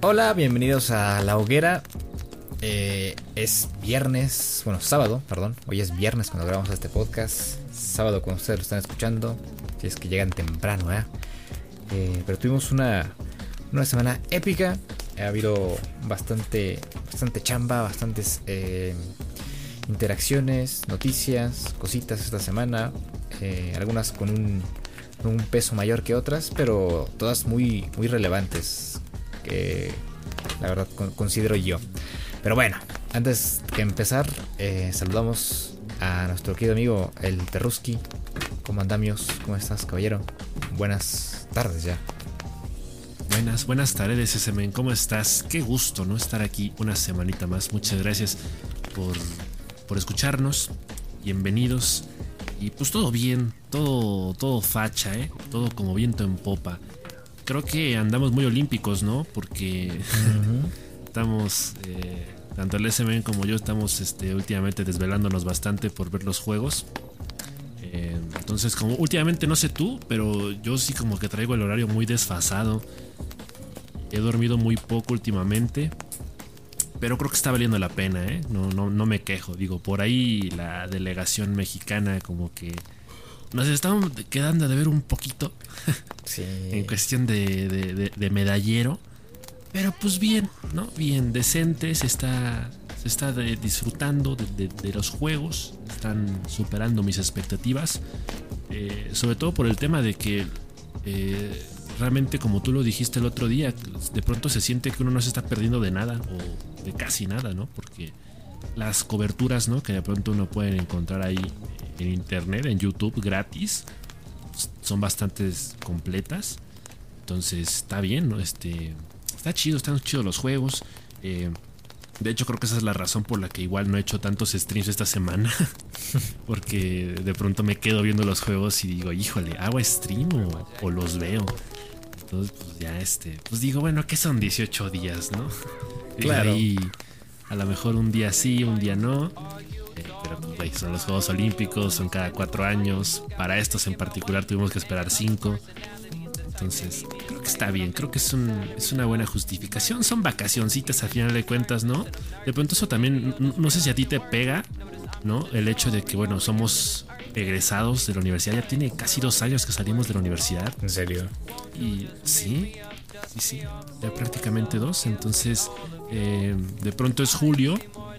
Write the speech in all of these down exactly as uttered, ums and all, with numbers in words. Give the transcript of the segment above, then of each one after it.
Hola, bienvenidos a La Hoguera. Eh, es viernes, bueno, sábado, perdón. Hoy es viernes cuando grabamos este podcast. Sábado cuando ustedes lo están escuchando, si es que llegan temprano, ¿eh? Eh, pero tuvimos una, una semana épica. Ha habido bastante, bastante chamba, bastantes eh, interacciones, noticias, cositas esta semana. Eh, algunas con un, con un peso mayor que otras, pero todas muy, muy relevantes, que la verdad considero yo. Pero bueno, antes de empezar, eh, saludamos a nuestro querido amigo el Terruski. ¿Cómo andamios? ¿Cómo estás, caballero? Buenas tardes ya. Buenas, buenas tardes, S M. ¿Cómo estás? Qué gusto, ¿no? Estar aquí una semanita más. Muchas gracias por, por escucharnos. Bienvenidos. Y pues todo bien, todo, todo facha, ¿eh? Todo como viento en popa. Creo que andamos muy olímpicos, ¿no? Porque uh-huh. estamos, eh, tanto el S M como yo estamos este, últimamente desvelándonos bastante por ver los juegos. Eh, entonces, como últimamente no sé tú, pero yo sí como que traigo el horario muy desfasado. He dormido muy poco últimamente, pero creo que está valiendo la pena, ¿eh? No, no, no me quejo. Digo, por ahí la delegación mexicana como que nos estamos quedando de ver un poquito. Sí. En cuestión de, de, de, de medallero. Pero pues bien, ¿no? Bien, decente. Se está, se está de, disfrutando de, de, de los juegos. Están superando mis expectativas. Eh, sobre todo por el tema de que eh, realmente, como tú lo dijiste el otro día, de pronto se siente que uno no se está perdiendo de nada o de casi nada, ¿no? Porque las coberturas, ¿no?, que de pronto uno puede encontrar ahí en internet, en YouTube, gratis, son bastante completas. Entonces está bien, ¿no? Este, está chido, están chidos los juegos. Eh, de hecho, creo que esa es la razón por la que igual no he hecho tantos streams esta semana. Porque de pronto me quedo viendo los juegos y digo, híjole, ¿hago stream o, o los veo? Entonces, pues ya este, pues digo, bueno, ¿qué son dieciocho días, no? Claro. Y a lo mejor un día sí, un día no. Eh, pero pues, wey, son los Juegos Olímpicos, son cada cuatro años. Para estos en particular tuvimos que esperar cinco. Entonces, creo que está bien, creo que es, un, es una buena justificación. Son vacacioncitas al final de cuentas, ¿no? De pronto eso también, no, no sé si a ti te pega, ¿no? El hecho de que, bueno, somos egresados de la universidad. Ya tiene casi dos años que salimos de la universidad. ¿En serio? Y sí, sí, sí, ya prácticamente dos. Entonces, eh, de pronto es julio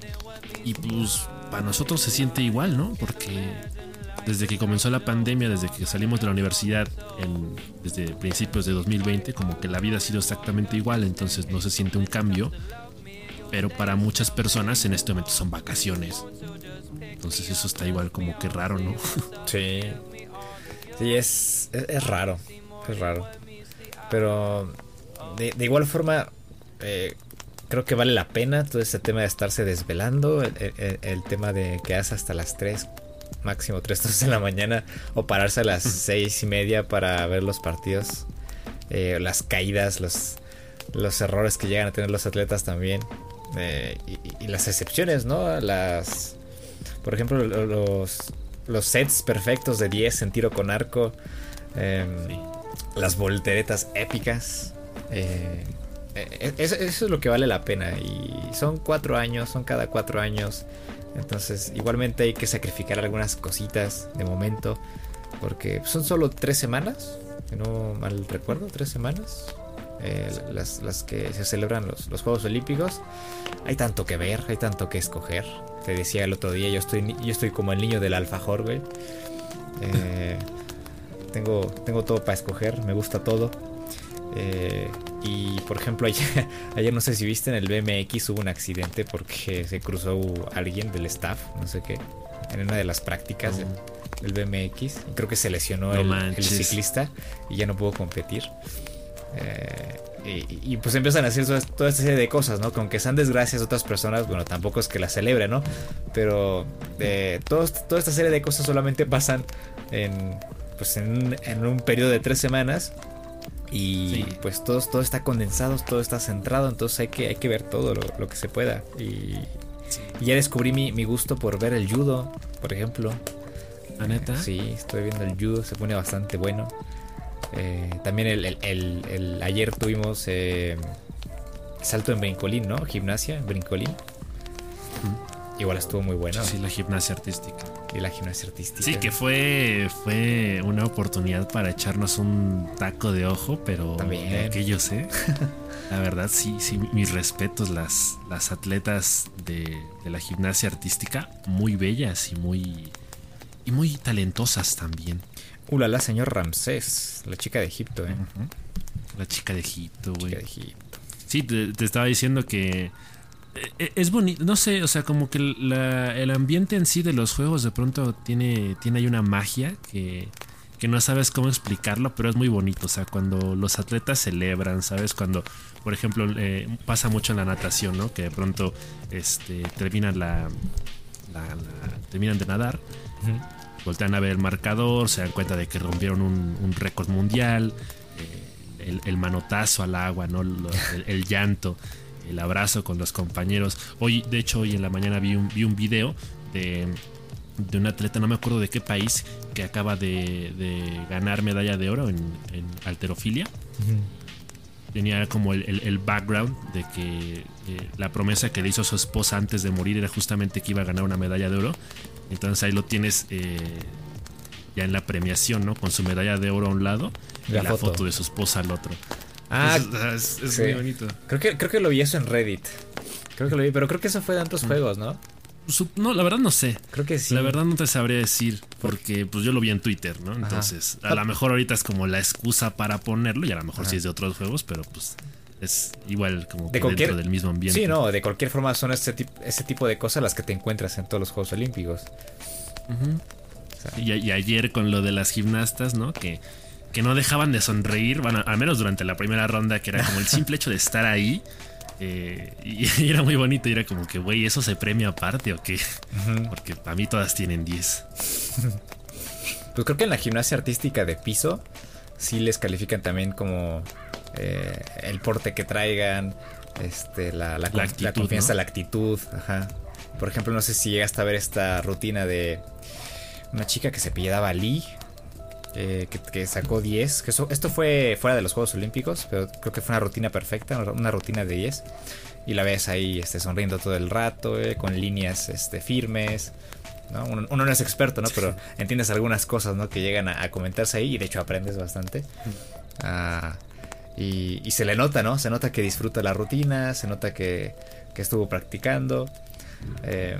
y pues para nosotros se siente igual, ¿no? Porque desde que comenzó la pandemia, desde que salimos de la universidad en, desde principios de dos mil veinte, como que la vida ha sido exactamente igual. Entonces no se siente un cambio, pero para muchas personas en este momento son vacaciones. Entonces eso está igual como que raro, ¿no? Sí, sí, es, es, es raro, es raro. Pero de, de igual forma, eh, creo que vale la pena todo este tema de estarse desvelando, el, el, el tema de quedarse hasta las tres, máximo tres, dos de la mañana, o pararse a las seis y media para ver los partidos, eh, las caídas, los, los errores que llegan a tener los atletas también, eh, y, y las excepciones, ¿no? Las, por ejemplo, los, los sets perfectos de diez en tiro con arco, eh, sí. Las volteretas épicas, eh, eso, eso es lo que vale la pena. Y son cuatro años, son cada cuatro años. Entonces igualmente hay que sacrificar algunas cositas de momento, porque son solo tres semanas, si no mal recuerdo, tres semanas, eh, las, las que se celebran los, los Juegos Olímpicos. Hay tanto que ver, hay tanto que escoger. Te decía el otro día, yo estoy, yo estoy como el niño del alfajor, güey. Eh, tengo, tengo todo para escoger, me gusta todo. Eh, y por ejemplo ayer, ayer no sé si viste, en el B M X hubo un accidente porque se cruzó alguien del staff, no sé qué, en una de las prácticas del, del B M X, y creo que se lesionó no el, el ciclista y ya no pudo competir. Eh, y, y pues empiezan a hacer toda, toda esta serie de cosas, ¿no? Con que sean desgracias de otras personas, bueno, tampoco es que la celebren, ¿no? Pero eh, todo, toda esta serie de cosas solamente pasan en, pues en, en un periodo de tres semanas. Y sí, pues todo, todo está condensado, todo está centrado, entonces hay que, hay que ver todo lo, lo que se pueda. Y, sí. y ya descubrí mi, mi gusto por ver el judo, por ejemplo. ¿La neta? Eh, sí, estoy viendo el judo, se pone bastante bueno. Eh, también el, el, el, el ayer tuvimos eh, salto en brincolín, ¿no? Gimnasia en brincolín. Mm. Igual estuvo muy bueno. Sí, la gimnasia artística. Y la gimnasia artística. Sí, que fue, fue una oportunidad para echarnos un taco de ojo, pero también de aquellos, ¿eh? La verdad, sí, sí, mis respetos, las, las atletas de, de la gimnasia artística, muy bellas y muy, y muy talentosas también. Ulala, señor Ramsés, la chica de Egipto, ¿eh? Uh-huh. La chica de Egipto, güey. Chica de Egipto. Sí, te, te estaba diciendo que es bonito, no sé, o sea, como que la, el ambiente en sí de los juegos de pronto tiene, tiene ahí una magia que, que no sabes cómo explicarlo, pero es muy bonito. O sea, cuando los atletas celebran, ¿sabes? Cuando, por ejemplo, eh, pasa mucho en la natación, ¿no? Que de pronto este, terminan, la, la, la, terminan de nadar, uh-huh. voltean a ver el marcador, se dan cuenta de que rompieron un, un récord mundial, eh, el, el manotazo al agua, ¿no? el, el llanto, el abrazo con los compañeros. Hoy, de hecho, hoy en la mañana vi un, vi un video de, de un atleta, no me acuerdo de qué país, que acaba de, de ganar medalla de oro en, en halterofilia. Uh-huh. Tenía como el, el, el background de que eh, la promesa que le hizo a su esposa antes de morir era justamente que iba a ganar una medalla de oro. Entonces ahí lo tienes eh, ya en la premiación, ¿no? Con su medalla de oro a un lado la y la foto. foto de su esposa al otro. Ah, es, es sí. muy bonito. Creo que, creo que lo vi eso en Reddit. Creo que lo vi, pero creo que eso fue de tantos mm. juegos, ¿no? No, la verdad no sé. Creo que sí. La verdad no te sabría decir, porque pues yo lo vi en Twitter, ¿no? Entonces, Ajá. a lo mejor ahorita es como la excusa para ponerlo, y a lo mejor Ajá. sí es de otros juegos, pero pues es igual como de que cualquier, dentro del mismo ambiente. Sí, no, de cualquier forma son ese, tip, ese tipo de cosas las que te encuentras en todos los Juegos Olímpicos. Uh-huh. O sea, y, y ayer con lo de las gimnastas, ¿no? Que que no dejaban de sonreír, bueno, al menos durante la primera ronda, que era como el simple hecho de estar ahí, eh, y, y era muy bonito, y era como que, güey, ¿eso se premia aparte o qué? Uh-huh. Porque para mí todas tienen diez. Pues creo que en la gimnasia artística de piso sí les califican también como eh, el porte que traigan, este, la, la, la, actitud, la confianza, ¿no? La actitud, ajá. Por ejemplo, no sé si llegaste a ver esta rutina de una chica que se apellidaba Lee, Eh, que, que sacó diez, que eso, esto fue fuera de los Juegos Olímpicos, pero creo que fue una rutina perfecta, una rutina de diez, y la ves ahí este, sonriendo todo el rato, eh, con líneas este, firmes, ¿no? Uno, uno no es experto, ¿no? Pero entiendes algunas cosas, ¿no? Que llegan a, a comentarse ahí, y de hecho aprendes bastante. Ah, y, y se le nota, ¿no? Se nota que disfruta la rutina, se nota que, que estuvo practicando. Eh,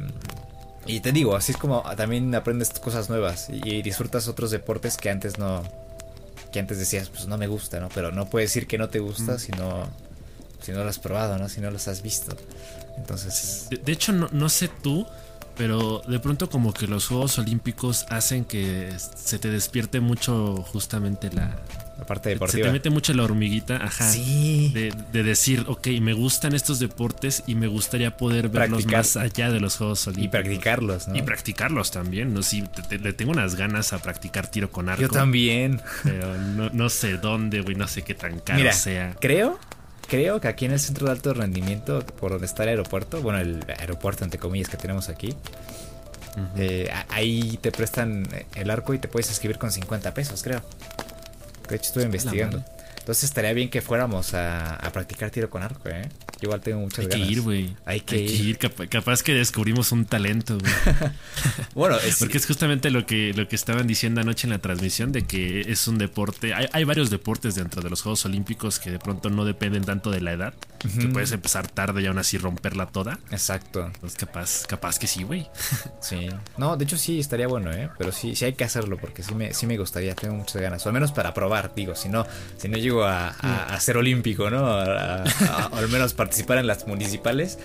Y te digo, así es como también aprendes cosas nuevas y, y disfrutas otros deportes que antes no, que antes decías, pues no me gusta, ¿no? Pero no puedes decir que no te gusta mm. si no, si no lo has probado, ¿no? Si no los has visto. Entonces... De, de hecho, no, no sé tú, pero de pronto como que los Juegos Olímpicos hacen que se te despierte mucho justamente la... La parte deportiva. Se te mete mucho la hormiguita, ajá. Sí. De, de decir, ok, me gustan estos deportes y me gustaría poder verlos Practicar. más allá de los Juegos Olímpicos. Y practicarlos, ¿no? Y practicarlos también, ¿no? Sí, te, te, le tengo unas ganas a practicar tiro con arco. Yo también. Pero no, no sé dónde, güey, no sé qué tan caro Mira, sea. Creo, creo que aquí en el centro de alto rendimiento, por donde está el aeropuerto, bueno, el aeropuerto entre comillas que tenemos aquí, uh-huh. eh, ahí te prestan el arco y te puedes inscribir con cincuenta pesos, creo. De hecho estuve investigando. Entonces estaría bien que fuéramos a, a practicar tiro con arco, ¿eh? Yo igual tengo muchas Hay ganas. Que ir, güey. Hay que Hay ir. que ir. Cap- capaz que descubrimos un talento, güey. Bueno, es... porque es justamente lo que, lo que estaban diciendo anoche en la transmisión, de que es un deporte. Hay, hay varios deportes dentro de los Juegos Olímpicos que de pronto no dependen tanto de la edad. Uh-huh. Que puedes empezar tarde y aún así romperla toda. Exacto. Entonces capaz, capaz que sí, güey. Sí. No, de hecho sí estaría bueno, ¿eh? Pero sí, sí hay que hacerlo porque sí me, sí me gustaría, tengo muchas ganas. O al menos para probar, digo, si no, si no llego a, a, a ser olímpico, ¿no? A, a, a, o al menos participar en las municipales,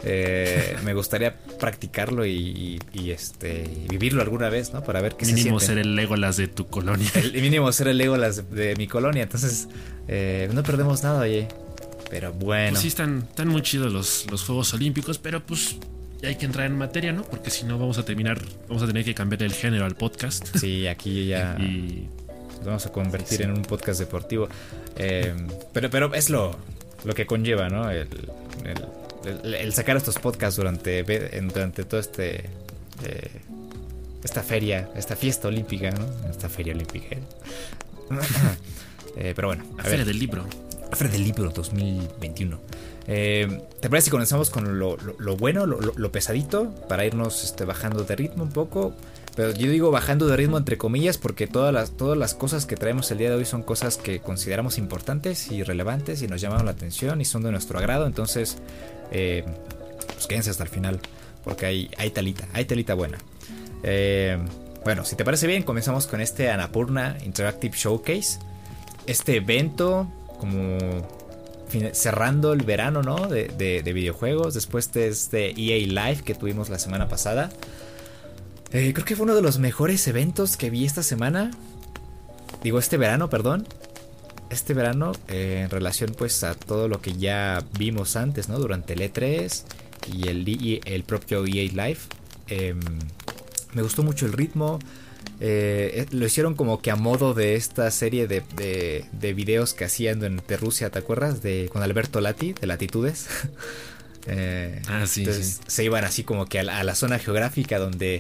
eh, me gustaría practicarlo y, y, y este vivirlo alguna vez, ¿no? Para ver qué mínimo se siente. Mínimo ser el Legolas de tu colonia. El mínimo ser el Legolas de, de mi colonia. Entonces, eh, no perdemos nada, oye. Pero bueno. Pues sí, están, están muy chidos los, los Juegos Olímpicos, pero pues ya hay que entrar en materia, ¿no? Porque si no vamos a terminar, vamos a tener que cambiar el género al podcast. Sí, aquí ya y nos vamos a convertir sí. en un podcast deportivo. Eh, pero, pero es lo, lo que conlleva, ¿no? El, el, el, el sacar estos podcasts durante, durante todo este eh, esta feria, esta fiesta olímpica, ¿no? Esta feria olímpica. eh, pero bueno, la feria del libro. La feria del libro dos mil veintiuno. Eh, ¿Te parece si comenzamos con lo, lo, lo bueno, lo, lo, lo pesadito, para irnos este, bajando de ritmo un poco? Pero yo digo bajando de ritmo entre comillas porque todas las, todas las cosas que traemos el día de hoy son cosas que consideramos importantes y relevantes y nos llaman la atención y son de nuestro agrado. Entonces, eh, pues quédense hasta el final porque hay, hay telita, hay telita buena. Eh, bueno, si te parece bien, comenzamos con este Annapurna Interactive Showcase. Este evento como cerrando el verano, ¿no? de, de, de videojuegos después de este E A Live que tuvimos la semana pasada. Eh, creo que fue uno de los mejores eventos que vi esta semana. Digo, este verano, perdón. Este verano, eh, en relación pues a todo lo que ya vimos antes, ¿no? Durante el E tres y el, el propio E A Live. Eh, me gustó mucho el ritmo. Eh, lo hicieron como que a modo de esta serie de, de, de videos que hacían de Rusia, ¿te acuerdas? De, con Alberto Lati, de Latitudes. eh, ah, sí, entonces sí. se iban así como que a la, a la zona geográfica donde,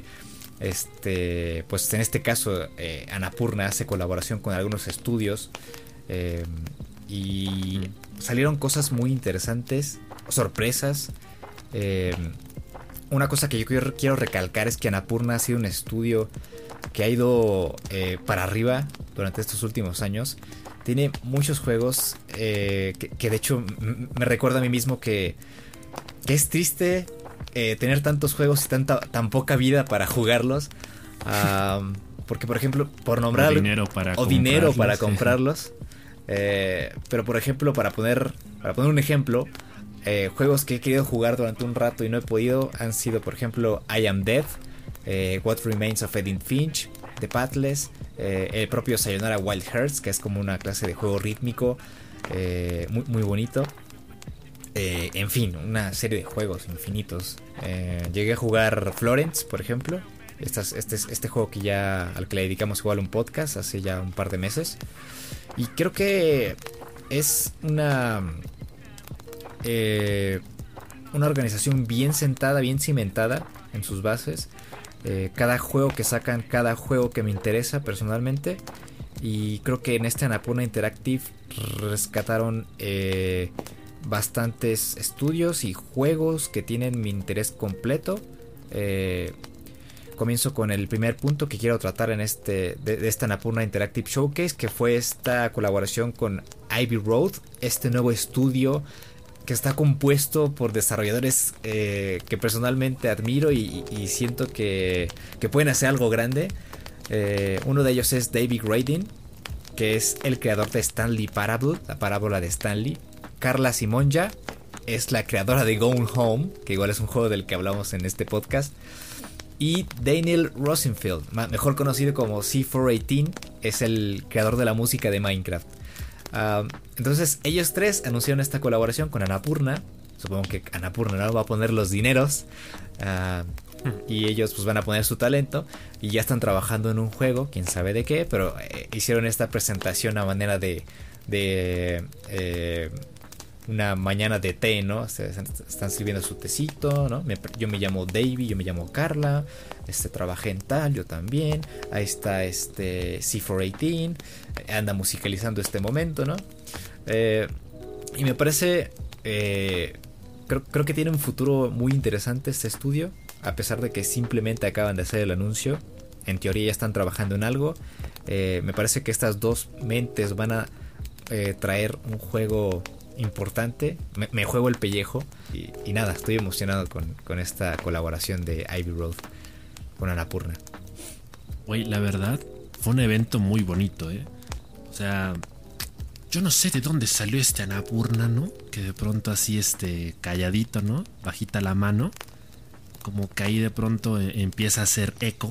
este, pues en este caso, eh, Annapurna hace colaboración con algunos estudios. Eh, y salieron cosas muy interesantes, sorpresas. Eh, una cosa que yo quiero, quiero recalcar es que Annapurna ha sido un estudio que ha ido eh, para arriba durante estos últimos años. Tiene muchos juegos eh, que, que de hecho m- me recuerda a mí mismo que, que es triste eh, tener tantos juegos y tanta, tan poca vida para jugarlos. Um, porque por ejemplo, por nombrar... O dinero para o dinero para comprarlos. eh, pero por ejemplo, para poner, para poner un ejemplo, eh, juegos que he querido jugar durante un rato y no he podido han sido por ejemplo I Am Dead, Eh, What Remains of Edith Finch, The Pathless, eh, el propio Sayonara Wild Hearts, que es como una clase de juego rítmico eh, muy, muy bonito. Eh, en fin, una serie de juegos infinitos. Eh, llegué a jugar Florence, por ejemplo. Estas, este, este juego que ya al que le dedicamos igual un podcast hace ya un par de meses. Y creo que es una eh, una organización bien sentada, bien cimentada en sus bases. Eh, cada juego que sacan, cada juego que me interesa personalmente. Y creo que en este Annapurna Interactive rescataron eh, bastantes estudios y juegos que tienen mi interés completo. Eh, comienzo con el primer punto que quiero tratar en este de, de esta Annapurna Interactive Showcase, que fue esta colaboración con Ivy Road, este nuevo estudio que está compuesto por desarrolladores eh, que personalmente admiro y, y siento que, que pueden hacer algo grande. Eh, uno de ellos es David Gradin, que es el creador de Stanley Parable, la parábola de Stanley. Carla Simonja es la creadora de Gone Home, que igual es un juego del que hablamos en este podcast. Y Daniel Rosenfeld, mejor conocido como C cuatrocientos dieciocho, es el creador de la música de Minecraft. Uh, entonces ellos tres anunciaron esta colaboración con Annapurna. Supongo que Annapurna no va a poner los dineros uh, y ellos pues van a poner su talento. Y ya están trabajando en un juego, quién sabe de qué. Pero eh, hicieron esta presentación a manera de, de eh, una mañana de té, ¿no? Se, se, están sirviendo su tecito, ¿no? Me, yo me llamo Davey, yo me llamo Carla, este, trabajé en tal, yo también. Ahí está este C cuatrocientos dieciocho, anda musicalizando este momento, ¿no? Eh, y me parece, eh, creo, creo que tiene un futuro muy interesante este estudio, a pesar de que simplemente acaban de hacer el anuncio. En teoría ya están trabajando en algo. Eh, me parece que estas dos mentes van a eh, traer un juego importante. Me, me juego el pellejo y, y nada, estoy emocionado con, con esta colaboración de Ivy Road con Annapurna. Güey, la verdad fue un evento muy bonito, eh. O sea, yo no sé de dónde salió este Annapurna, ¿no? Que de pronto así este calladito, ¿no? Bajita la mano, como que ahí de pronto empieza a hacer eco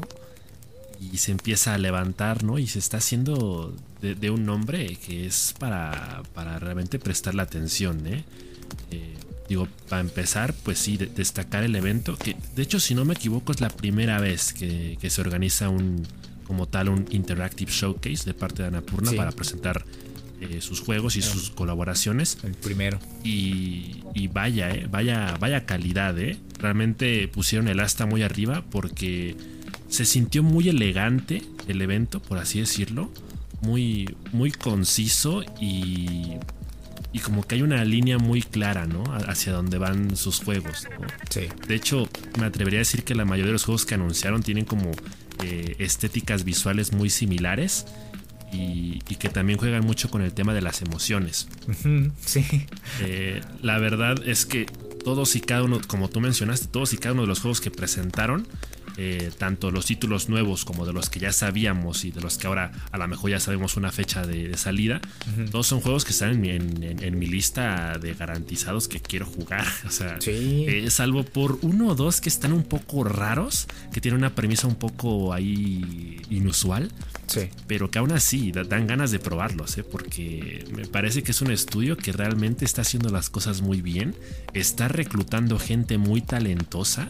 y se empieza a levantar, ¿no? Y se está haciendo de, de un nombre que es para, para realmente prestarle atención, ¿eh? Eh, digo, para empezar, pues sí, de, destacar el evento, que de hecho, si no me equivoco, es la primera vez que, que se organiza un, como tal, un Interactive Showcase de parte de Annapurna, sí, para presentar eh, sus juegos y sí, sus colaboraciones. El primero. Y, y vaya, eh, vaya, vaya calidad, ¿eh? Realmente pusieron el asta muy arriba porque se sintió muy elegante el evento, por así decirlo, muy, muy conciso y y como que hay una línea muy clara, ¿no? Hacia donde van sus juegos, ¿no? Sí. De hecho, me atrevería a decir que la mayoría de los juegos que anunciaron tienen como eh, estéticas visuales muy similares y, y que también juegan mucho con el tema de las emociones. Uh-huh, sí. Eh, la verdad es que todos y cada uno, como tú mencionaste, todos y cada uno de los juegos que presentaron, Eh, tanto los títulos nuevos como de los que ya sabíamos y de los que ahora a lo mejor ya sabemos una fecha de, de salida, uh-huh. todos son juegos que están en mi, en, en, en mi lista de garantizados que quiero jugar. O sea, sí. eh, salvo por uno o dos que están un poco raros, que tienen una premisa un poco ahí inusual, sí. pero que aún así dan ganas de probarlos, ¿eh? Porque me parece que es un estudio que realmente está haciendo las cosas muy bien, está reclutando gente muy talentosa.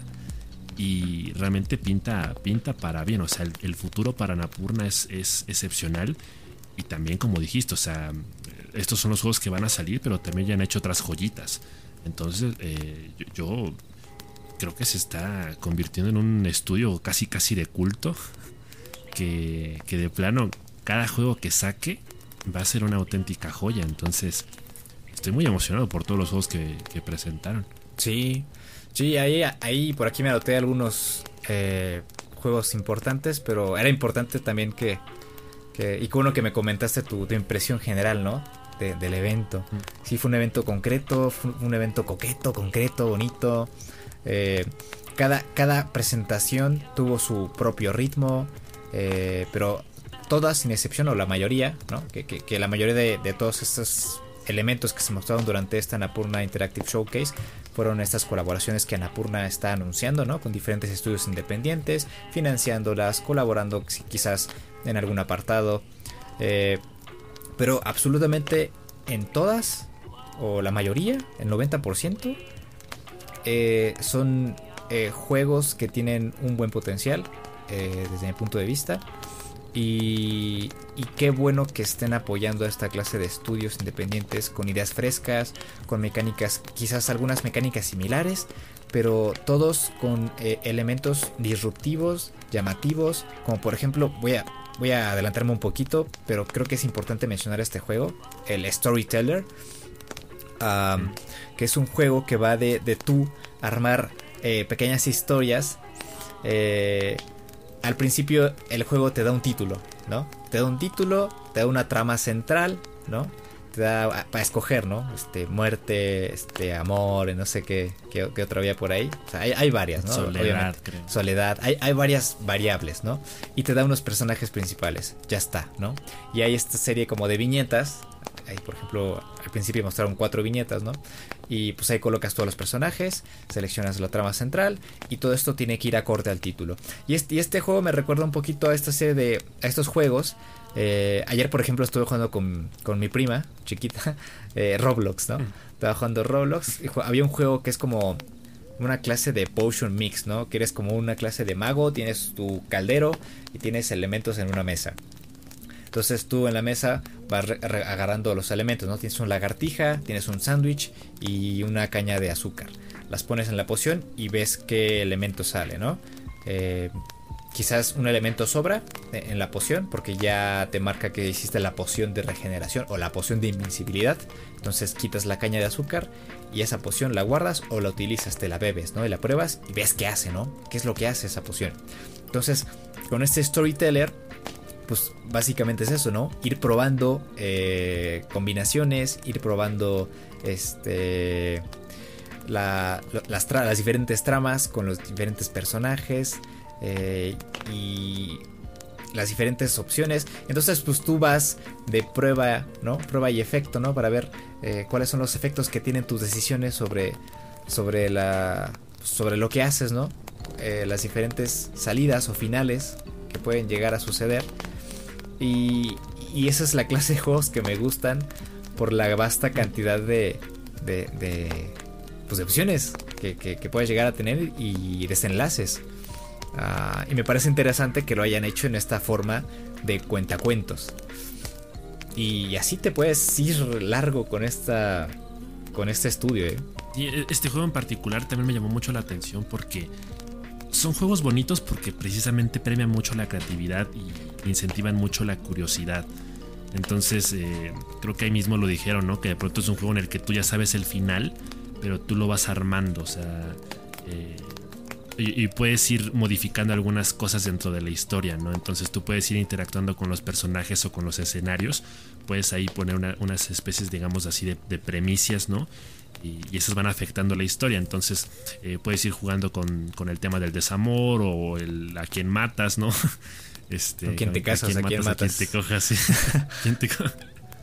Y realmente pinta, pinta para bien. O sea, el, el futuro para Annapurna es, es excepcional. Y también, como dijiste, o sea, estos son los juegos que van a salir, pero también ya han hecho otras joyitas. Entonces, eh, yo, yo creo que se está convirtiendo en un estudio casi casi de culto. Que, que de plano, cada juego que saque va a ser una auténtica joya. Entonces, estoy muy emocionado por todos los juegos que, que presentaron. Sí. Sí, ahí, ahí por aquí me anoté algunos eh, juegos importantes, pero era importante también que, que y con uno que me comentaste tu, tu impresión general, ¿no? De, del evento. Mm. Sí, fue un evento concreto, fue un evento coqueto, concreto, bonito. Eh, cada, cada presentación tuvo su propio ritmo, eh, pero todas, sin excepción, o la mayoría, ¿no? Que, que, que la mayoría de, de todos estos elementos que se mostraron durante esta Annapurna Interactive Showcase fueron estas colaboraciones que Annapurna está anunciando, ¿no? Con diferentes estudios independientes, financiándolas, colaborando quizás en algún apartado, eh, pero absolutamente en todas, o la mayoría, el noventa por ciento, eh, son eh, juegos que tienen un buen potencial, eh, desde mi punto de vista. Y, y qué bueno que estén apoyando a esta clase de estudios independientes con ideas frescas, con mecánicas, quizás algunas mecánicas similares, pero todos con eh, elementos disruptivos, llamativos, como por ejemplo, voy a, voy a adelantarme un poquito, pero creo que es importante mencionar este juego, el Storyteller, um, que es un juego que va de, de tú armar eh, pequeñas historias. eh, Al principio el juego te da un título, ¿no? Te da un título, te da una trama central, ¿no? Te da para escoger, ¿no? Este, muerte, este, amor, no sé qué, qué, qué otra había por ahí. O sea, hay, hay varias, ¿no? Soledad, obviamente. creo. Soledad, hay, hay varias variables, ¿no? Y te da unos personajes principales, ya está, ¿no? Y hay esta serie como de viñetas. Ahí, por ejemplo, al principio mostraron cuatro viñetas, ¿no? Y pues ahí colocas todos los personajes, seleccionas la trama central y todo esto tiene que ir acorde al título. Y este, y este juego me recuerda un poquito a esta serie de, a estos juegos. Eh, ayer, por ejemplo, estuve jugando con, con mi prima chiquita, eh, Roblox, ¿no? Mm. Estaba jugando Roblox y había un juego que es como una clase de potion mix, ¿no? Que eres como una clase de mago, tienes tu caldero y tienes elementos en una mesa. Entonces tú en la mesa vas re- re- agarrando los elementos, ¿no? Tienes una lagartija, tienes un sándwich y una caña de azúcar. Las pones en la poción y ves qué elemento sale, ¿no? Eh, quizás un elemento sobra en la poción porque ya te marca que hiciste la poción de regeneración o la poción de invencibilidad. Entonces quitas la caña de azúcar y esa poción la guardas o la utilizas, te la bebes, ¿no? Y la pruebas y ves qué hace, ¿no? ¿Qué es lo que hace esa poción? Entonces, con este Storyteller, pues básicamente es eso, ¿no? Ir probando eh, combinaciones, ir probando este la, las, tra- las diferentes tramas con los diferentes personajes eh, y las diferentes opciones. Entonces pues tú vas de prueba, ¿no? Prueba y efecto, ¿no? Para ver eh, cuáles son los efectos que tienen tus decisiones sobre, sobre, la, sobre lo que haces, ¿no? Eh, las diferentes salidas o finales que pueden llegar a suceder. Y, y esa es la clase de juegos que me gustan por la vasta cantidad de, de, de, pues de opciones que, que, que puedes llegar a tener y desenlaces. Uh, y me parece interesante que lo hayan hecho en esta forma de cuentacuentos. Y así te puedes ir largo con esta con este estudio, ¿eh? Y este juego en particular también me llamó mucho la atención porque son juegos bonitos porque precisamente premian mucho la creatividad y incentivan mucho la curiosidad. Entonces, eh, creo que ahí mismo lo dijeron, ¿no? Que de pronto es un juego en el que tú ya sabes el final, pero tú lo vas armando, o sea, eh, y, y puedes ir modificando algunas cosas dentro de la historia, ¿no? Entonces tú puedes ir interactuando con los personajes o con los escenarios, puedes ahí poner una, unas especies, digamos así, de, de premisas, ¿no? Y, y esas van afectando la historia. Entonces eh, puedes ir jugando con, con el tema del desamor o el a quién matas, ¿no? Este, ¿Con quién te casas? ¿A quién matas? ¿A quién te cojas? ¿Sí? ¿Quién te co-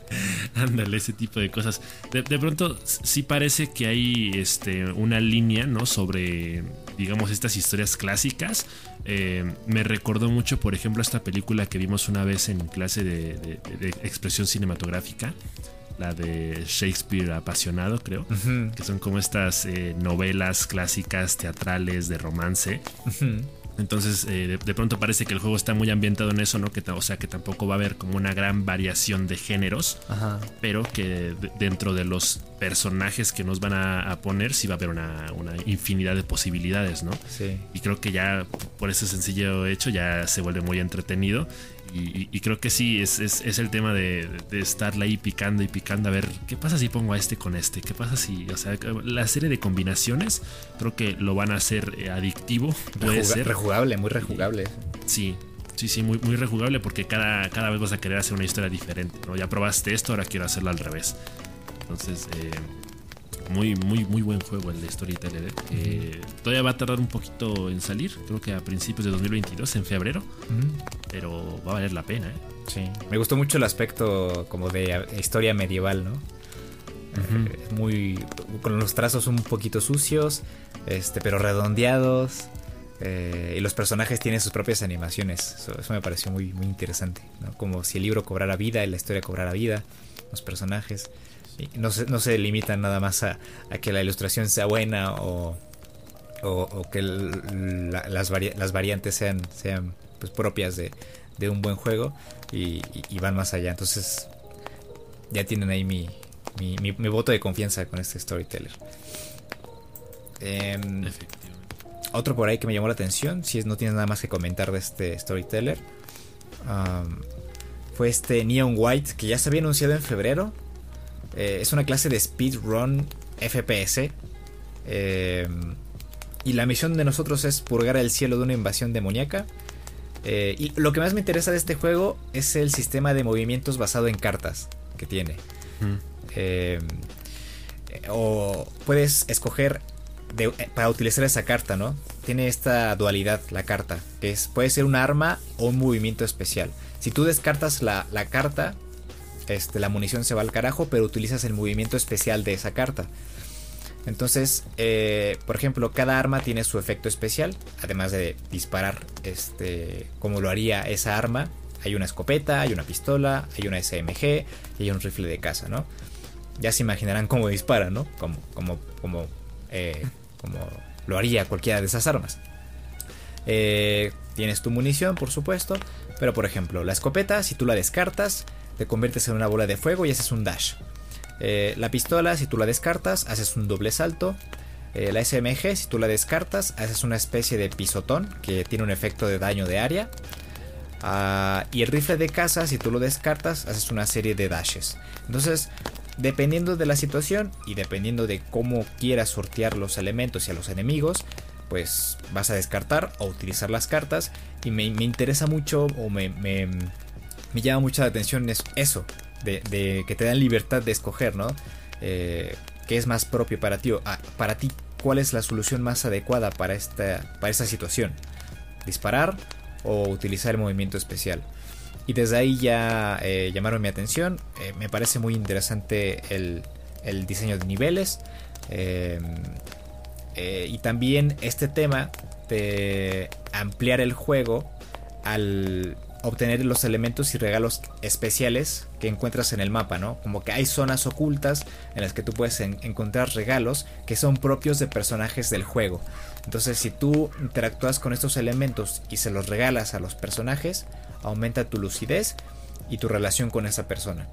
Ándale, ese tipo de cosas. De, de pronto sí parece que hay este, una línea, ¿no? Sobre, digamos, estas historias clásicas. Eh, me recordó mucho, por ejemplo, esta película que vimos una vez en clase de, de, de expresión cinematográfica, la de Shakespeare apasionado, creo, uh-huh. que son como estas eh, novelas clásicas, teatrales, de romance. Uh-huh. Entonces eh, de, de pronto parece que el juego está muy ambientado en eso, ¿no? Que, o sea que tampoco va a haber como una gran variación de géneros. Ajá. Pero que de, dentro de los personajes que nos van a, a poner sí va a haber una, una infinidad de posibilidades, ¿no? Sí. Y creo que ya por ese sencillo hecho ya se vuelve muy entretenido. Y, y creo que sí, es, es, es el tema de, de estarla ahí picando y picando a ver qué pasa si pongo a este con este, qué pasa si, o sea, la serie de combinaciones creo que lo van a hacer adictivo, puede Rejuga- ser. Rejugable, muy rejugable. Y, sí, sí, sí, muy, muy rejugable porque cada, cada vez vas a querer hacer una historia diferente, ¿no? Ya probaste esto, ahora quiero hacerlo al revés. Entonces, eh, muy, muy, muy buen juego el de Storyteller, ¿eh? Uh-huh. Eh, todavía va a tardar un poquito en salir, creo que a principios de dos mil veintidós, en febrero, uh-huh. pero va a valer la pena, ¿eh? Sí, me gustó mucho el aspecto como de historia medieval, ¿no? Uh-huh. Eh, muy con los trazos un poquito sucios, este, pero redondeados, eh, y los personajes tienen sus propias animaciones. Eso, eso me pareció muy, muy interesante, ¿no? Como si el libro cobrara vida y la historia cobrara vida, los personajes. No se, no se limitan nada más a, a que la ilustración sea buena o, o, o que el, la, las, vari, las variantes sean, sean pues propias de, de un buen juego y, y, y van más allá. Entonces ya tienen ahí mi, mi, mi, mi voto de confianza con este Storyteller. Eh, otro por ahí que me llamó la atención, si es, no tienes nada más que comentar de este Storyteller, um, fue este Neon White, que ya se había anunciado en febrero. Eh, es una clase de speedrun F P S, eh, y la misión de nosotros es purgar el cielo de una invasión demoníaca. Eh, y lo que más me interesa de este juego es el sistema de movimientos basado en cartas que tiene. Mm. Eh, o puedes escoger de, para utilizar esa carta, ¿no? Tiene esta dualidad la carta, que es, puede ser un arma o un movimiento especial. Si tú descartas la, la carta, Este, la munición se va al carajo, pero utilizas el movimiento especial de esa carta. Entonces, eh, por ejemplo, cada arma tiene su efecto especial, además de disparar este, como lo haría esa arma. Hay una escopeta, hay una pistola, hay una S M G y hay un rifle de caza, ¿no? Ya se imaginarán cómo dispara, ¿no? Como, como, como, eh, como lo haría cualquiera de esas armas. Eh, tienes tu munición, por supuesto, pero por ejemplo, la escopeta, si tú la descartas, te conviertes en una bola de fuego y haces un dash. Eh, la pistola, si tú la descartas, haces un doble salto. Eh, la S M G, si tú la descartas, haces una especie de pisotón que tiene un efecto de daño de área. Uh, y el rifle de caza, si tú lo descartas, haces una serie de dashes. Entonces, dependiendo de la situación y dependiendo de cómo quieras sortear los elementos y a los enemigos, pues vas a descartar o utilizar las cartas. Y me, me interesa mucho o me... me Me llama mucha la atención eso, de, de que te dan libertad de escoger, ¿no? Eh, ¿Qué es más propio para ti? Ah, para ti, ¿cuál es la solución más adecuada para esta, para esta situación? ¿Disparar o utilizar el movimiento especial? Y desde ahí ya eh, llamaron mi atención. Eh, me parece muy interesante el, el diseño de niveles. Eh, eh, y también este tema de ampliar el juego al obtener los elementos y regalos especiales que encuentras en el mapa, ¿no? Como que hay zonas ocultas en las que tú puedes en- encontrar regalos que son propios de personajes del juego. Entonces, si tú interactúas con estos elementos y se los regalas a los personajes, aumenta tu lucidez y tu relación con esa persona.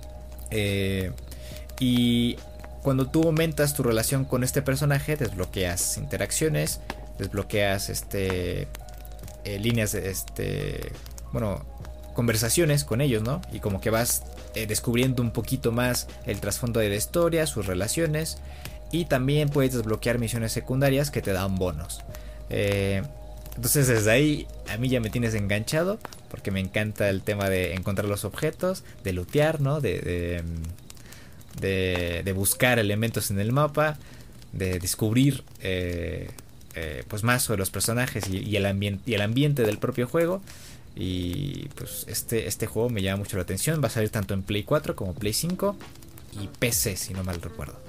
Eh, y cuando tú aumentas tu relación con este personaje, desbloqueas interacciones, desbloqueas este eh, líneas de este bueno conversaciones con ellos, ¿no? Y como que vas eh, descubriendo un poquito más el trasfondo de la historia, sus relaciones, y también puedes desbloquear misiones secundarias que te dan bonos. Eh, entonces desde ahí a mí ya me tienes enganchado, porque me encanta el tema de encontrar los objetos, de lootear, ¿no? De, de, de, de buscar elementos en el mapa, de descubrir eh, eh, pues más sobre los personajes y, y, el ambien- y el ambiente del propio juego. Y pues este, este juego me llama mucho la atención. Va a salir tanto en Play cuatro como Play cinco y P C, si no mal recuerdo.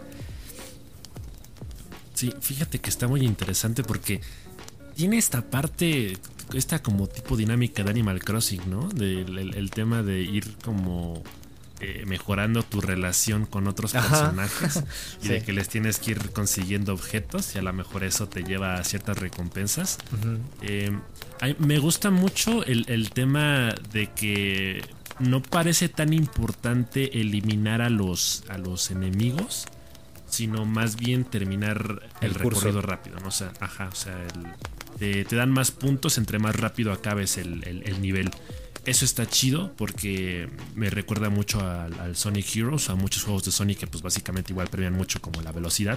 Sí, fíjate que está muy interesante porque tiene esta parte, esta como tipo dinámica de Animal Crossing, ¿no? Del el, el tema de ir como eh, mejorando tu relación con otros Ajá. personajes y Sí. de que les tienes que ir consiguiendo objetos y a lo mejor eso te lleva a ciertas recompensas. Uh-huh. Eh, ay, me gusta mucho el, el tema de que no parece tan importante eliminar a los, a los enemigos, sino más bien terminar el, El recorrido curso. rápido, ¿no? O sea, ajá, o sea, el, te, te dan más puntos entre más rápido acabes el, el, el nivel. Eso está chido porque me recuerda mucho al, al Sonic Heroes, a muchos juegos de Sonic que pues básicamente igual premian mucho como la velocidad.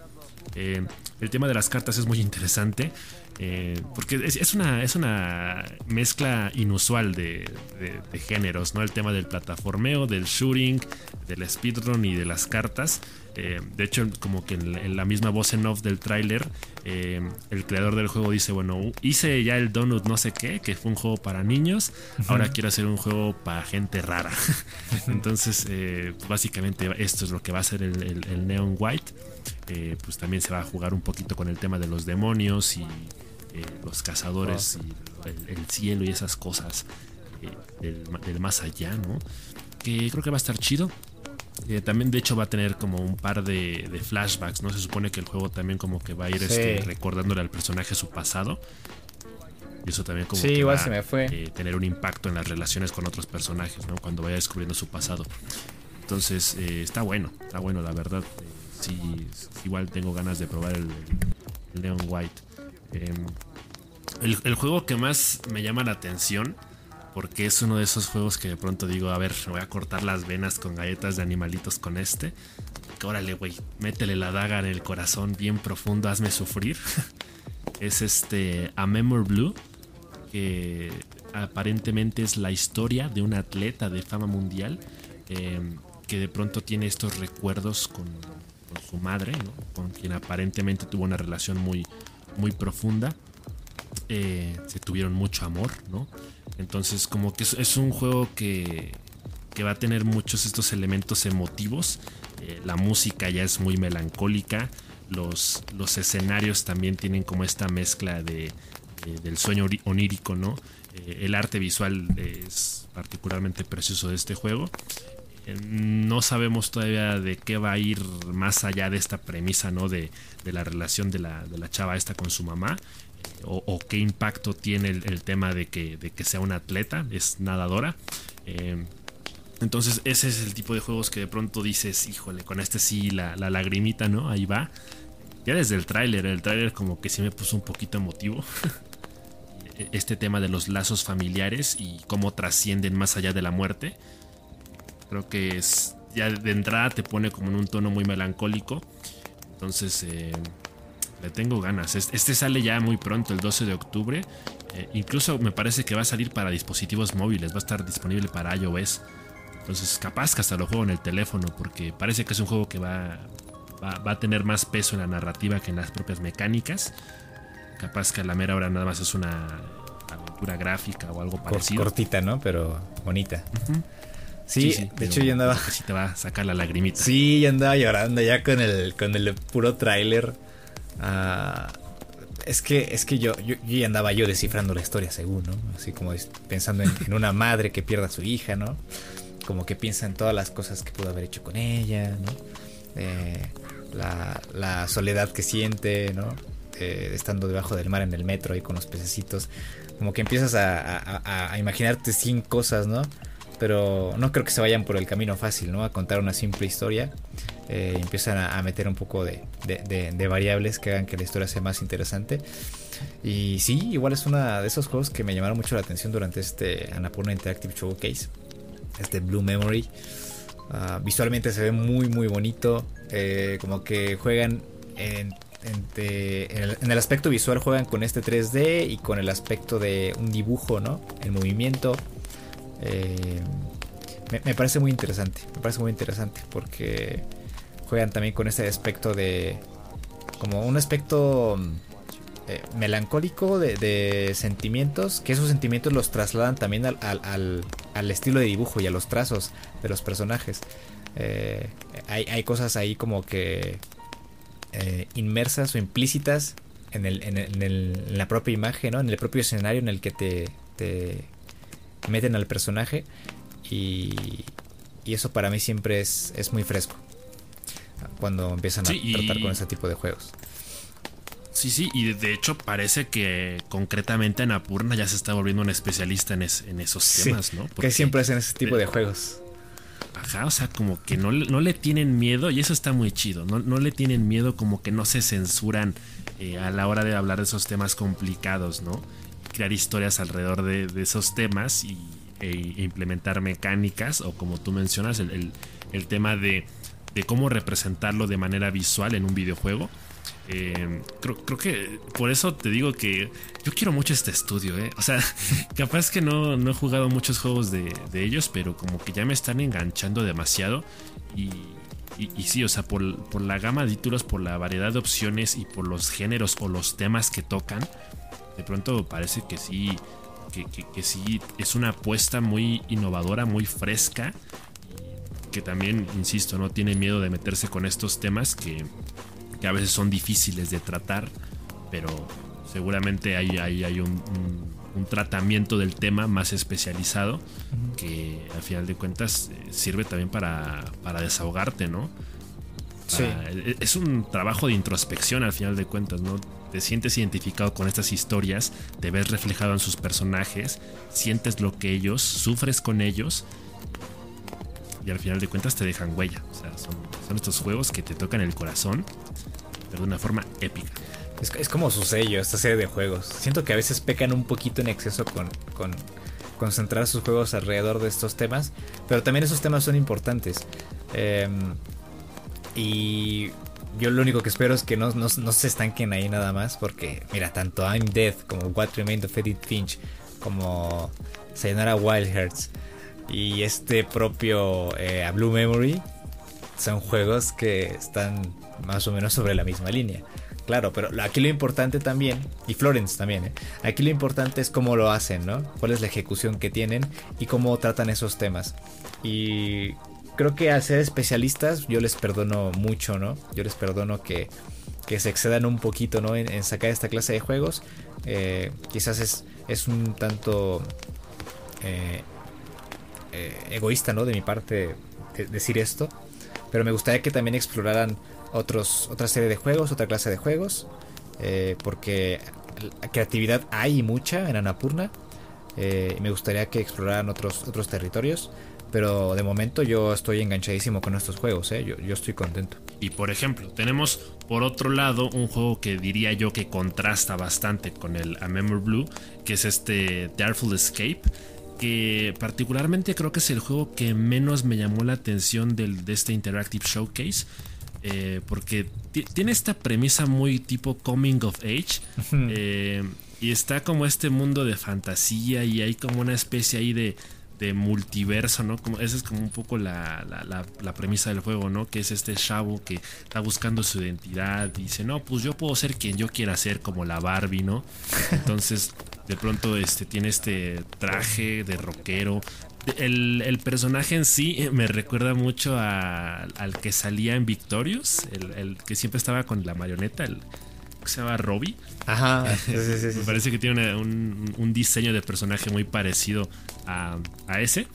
Eh, el tema de las cartas es muy interesante eh, porque es, es, una, es una mezcla inusual de, de, de géneros, ¿no? El tema del plataformeo, del shooting, del speedrun y de las cartas. Eh, de hecho, como que en la, en la misma voz en off del tráiler, eh, el creador del juego dice, bueno, hice ya el Donut no sé qué, que fue un juego para niños, uh-huh. Ahora quiero hacer un juego para gente rara. Entonces, eh, básicamente esto es lo que va a ser el, el, el Neon White. Eh, pues también se va a jugar un poquito con el tema de los demonios y eh, los cazadores, oh. y el, el cielo y esas cosas eh, del, del más allá, ¿no? Que creo que va a estar chido. Eh, también de hecho va a tener como un par de, de flashbacks, ¿no? Se supone que el juego también como que va a ir sí. este, recordándole al personaje su pasado. Y eso también como sí, que igual va se me fue. a eh, tener un impacto en las relaciones con otros personajes, ¿no? Cuando vaya descubriendo su pasado. Entonces eh, está bueno, está bueno la verdad. Eh, sí, igual tengo ganas de probar el, el Neon White. Eh, el, el juego que más me llama la atención, porque es uno de esos juegos que de pronto digo, a ver, me voy a cortar las venas con galletas de animalitos con este. Que órale, güey, métele la daga en el corazón bien profundo, hazme sufrir. Es este A Memory Blue, que aparentemente es la historia de un atleta de fama mundial eh, que de pronto tiene estos recuerdos con, con su madre, ¿no? Con quien aparentemente tuvo una relación muy, muy profunda. Eh, se tuvieron mucho amor, ¿no? Entonces como que es, es un juego que, que va a tener muchos estos elementos emotivos. Eh, la música ya es muy melancólica. Los, los escenarios también tienen como esta mezcla de, de, del sueño onírico, ¿no? Eh, el arte visual es particularmente precioso de este juego. Eh, no sabemos todavía de qué va a ir más allá de esta premisa, ¿no? De, de la relación de la, de la chava esta con su mamá. O, o qué impacto tiene el, el tema de que, de que sea una atleta, es nadadora. Eh, entonces ese es el tipo de juegos que de pronto dices, híjole, con este sí la, la lagrimita, ¿no? Ahí va. Ya desde el tráiler, el tráiler como que sí me puso un poquito emotivo. Este tema de los lazos familiares y cómo trascienden más allá de la muerte. Creo que es, ya de entrada te pone como en un tono muy melancólico. Entonces... Eh, le tengo ganas. Este sale ya muy pronto, el doce de octubre. Eh, incluso me parece que va a salir para dispositivos móviles. Va a estar disponible para iOS. Entonces capaz que hasta lo juego en el teléfono, porque parece que es un juego que va, va, va a tener más peso en la narrativa que en las propias mecánicas. Capaz que a la mera hora nada más es una aventura gráfica o algo parecido. Cortita, ¿no? Pero bonita. Uh-huh. Sí, sí, sí, de hecho yo andaba... Sí te va a sacar la lagrimita. Sí, yo andaba llorando ya con el, con el puro tráiler. Uh, es que es que yo, yo, yo ya andaba yo descifrando la historia según, ¿no? Así como pensando en, en una madre que pierda a su hija, ¿no? Como que piensa en todas las cosas que pudo haber hecho con ella, ¿no? Eh, la, la soledad que siente, ¿no? Eh, estando debajo del mar en el metro ahí con los pececitos. Como que empiezas a, a, a, a imaginarte cien cosas, ¿no? pero no creo que se vayan por el camino fácil, ¿no? A contar una simple historia. Eh, empiezan a, a meter un poco de, de, de, de variables que hagan que la historia sea más interesante. Y sí, igual es uno de esos juegos que me llamaron mucho la atención durante este Annapurna Interactive Showcase, este Blue Memory. Uh, visualmente se ve muy muy bonito, eh, como que juegan en, en, de, en, el, en el aspecto visual, juegan con este tres D y con el aspecto de un dibujo, ¿no? En movimiento. Eh, me, me parece muy interesante, me parece muy interesante porque juegan también con ese aspecto de como un aspecto eh, melancólico de, de sentimientos, que esos sentimientos los trasladan también al, al, al, al estilo de dibujo y a los trazos de los personajes. Eh, hay, hay cosas ahí como que eh, inmersas o implícitas en, el, en, el, en, el, en la propia imagen, ¿no? En el propio escenario en el que te, te meten al personaje, y, y eso para mí siempre es, es muy fresco cuando empiezan sí, a tratar y... con ese tipo de juegos. Sí, sí, y de hecho parece que concretamente Annapurna ya se está volviendo un especialista en, es, en esos temas, sí, ¿no? Porque que siempre hacen ese tipo de, de juegos. Ajá, o sea, como que no, no le tienen miedo, y eso está muy chido, no, no le tienen miedo, como que no se censuran eh, a la hora de hablar de esos temas complicados, ¿no? Crear historias alrededor de, de esos temas y, e, e implementar mecánicas, o como tú mencionas, el, el, el tema de, de cómo representarlo de manera visual en un videojuego. Eh, creo, creo que por eso te digo que yo quiero mucho este estudio, ¿eh? O sea, capaz que no, no he jugado muchos juegos de, de ellos, pero como que ya me están enganchando demasiado. Y, y, y sí, o sea, por, por la gama de títulos, por la variedad de opciones y por los géneros o los temas que tocan, de pronto parece que sí, que, que, que sí es una apuesta muy innovadora, muy fresca, que también, insisto, no tiene miedo de meterse con estos temas que que a veces son difíciles de tratar, pero seguramente hay, hay, hay un, un, un tratamiento del tema más especializado, uh-huh, que al final de cuentas eh, sirve también para, para desahogarte, ¿no? Para, sí. Es un trabajo de introspección al final de cuentas, ¿no? Te sientes identificado con estas historias, te ves reflejado en sus personajes, sientes lo que ellos, sufres con ellos, y al final de cuentas te dejan huella. O sea, son, son estos juegos que te tocan el corazón, pero de una forma épica. Es, es como su sello, esta serie de juegos. Siento que a veces pecan un poquito en exceso con, con concentrar sus juegos alrededor de estos temas, pero también esos temas son importantes. Eh, y yo lo único que espero es que no, no, no se estanquen ahí nada más, porque mira, tanto I'm Dead como What Remained of Edith Finch, como Sayonara Wild Hearts y este propio eh, Blue Memory son juegos que están más o menos sobre la misma línea. Claro, pero aquí lo importante también, y Florence también, ¿eh? Aquí lo importante es cómo lo hacen, ¿no? Cuál es la ejecución que tienen y cómo tratan esos temas. Y creo que al ser especialistas yo les perdono mucho, ¿no? Yo les perdono que, que se excedan un poquito, ¿no? En, en sacar esta clase de juegos. Eh, quizás es, es un tanto eh, eh, egoísta, ¿no? De mi parte de decir esto, pero me gustaría que también exploraran otros, otra serie de juegos, otra clase de juegos, eh, porque creatividad hay mucha en Annapurna. Eh, me gustaría que exploraran otros, otros territorios, pero de momento yo estoy enganchadísimo con estos juegos, ¿eh? yo, yo estoy contento. Y por ejemplo, tenemos por otro lado un juego que diría yo que contrasta bastante con el A Memory Blue, que es este The Artful Escape, que particularmente creo que es el juego que menos me llamó la atención del, de este Interactive Showcase, eh, porque t- tiene esta premisa muy tipo coming of age, eh, y está como este mundo de fantasía y hay como una especie ahí de, de multiverso, ¿no? Como, esa es como un poco la, la, la, la premisa del juego, ¿no? Que es este chavo que está buscando su identidad y dice, no, pues yo puedo ser quien yo quiera ser, como la Barbie, ¿no? Entonces de pronto este, tiene este traje de rockero. El, el personaje en sí me recuerda mucho a, al que salía en Victorious, el, el que siempre estaba con la marioneta, el que se llama Robbie. Ajá, sí, sí, sí, sí. Me parece que tiene una, un, un diseño de personaje muy parecido a, a ese.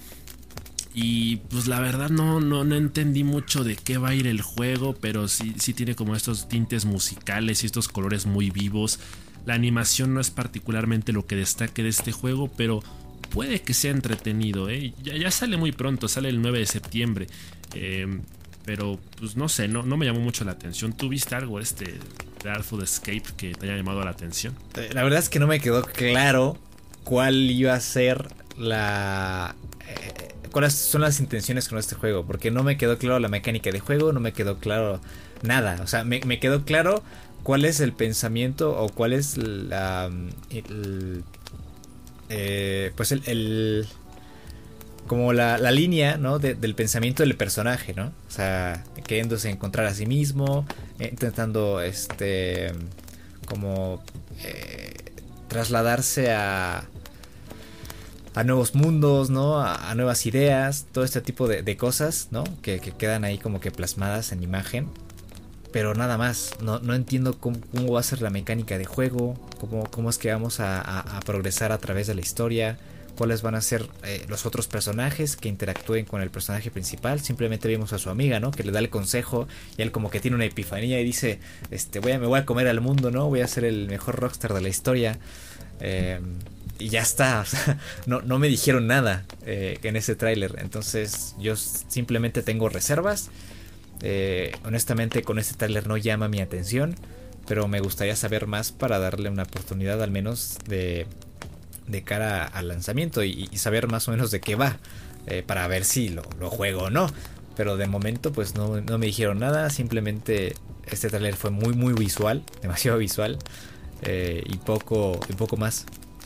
Y pues la verdad no, no, no entendí mucho de qué va a ir el juego, pero sí, sí tiene como estos tintes musicales y estos colores muy vivos. La animación no es particularmente lo que destaque de este juego, pero puede que sea entretenido, ¿eh? Ya, ya sale muy pronto, sale el nueve de septiembre. Eh, pero pues no sé, no, no me llamó mucho la atención. ¿Tú viste algo este de Artful Escape que te haya llamado la atención? La verdad es que no me quedó claro cuál iba a ser la... Eh, cuáles son las intenciones con este juego, porque no me quedó claro la mecánica de juego, no me quedó claro nada. O sea, me, me quedó claro cuál es el pensamiento o cuál es la... El, eh, pues el... el como la, la línea, ¿no? De, del pensamiento del personaje, ¿no? O sea, queriéndose encontrar a sí mismo, eh, intentando, este, como eh, trasladarse a a nuevos mundos, ¿no? A, a nuevas ideas, todo este tipo de, de cosas, ¿no? Que, que quedan ahí como que plasmadas en imagen. Pero nada más, no, no entiendo cómo, cómo va a ser la mecánica de juego, cómo, cómo es que vamos a, a, a progresar a través de la historia, cuáles van a ser eh, los otros personajes que interactúen con el personaje principal. Simplemente vemos a su amiga, ¿no? Que le da el consejo y él como que tiene una epifanía y dice, este, voy a, me voy a comer al mundo, ¿no? Voy a ser el mejor rockstar de la historia. Eh, y ya está, o sea, no, no me dijeron nada eh, en ese tráiler. Entonces yo simplemente tengo reservas. Eh, honestamente con este tráiler no llama mi atención, pero me gustaría saber más para darle una oportunidad al menos de... de cara al lanzamiento y, y saber más o menos de qué va, eh, para ver si lo, lo juego o no. Pero de momento pues no, no me dijeron nada, simplemente este trailer fue muy muy visual, demasiado visual, eh, y poco y poco más.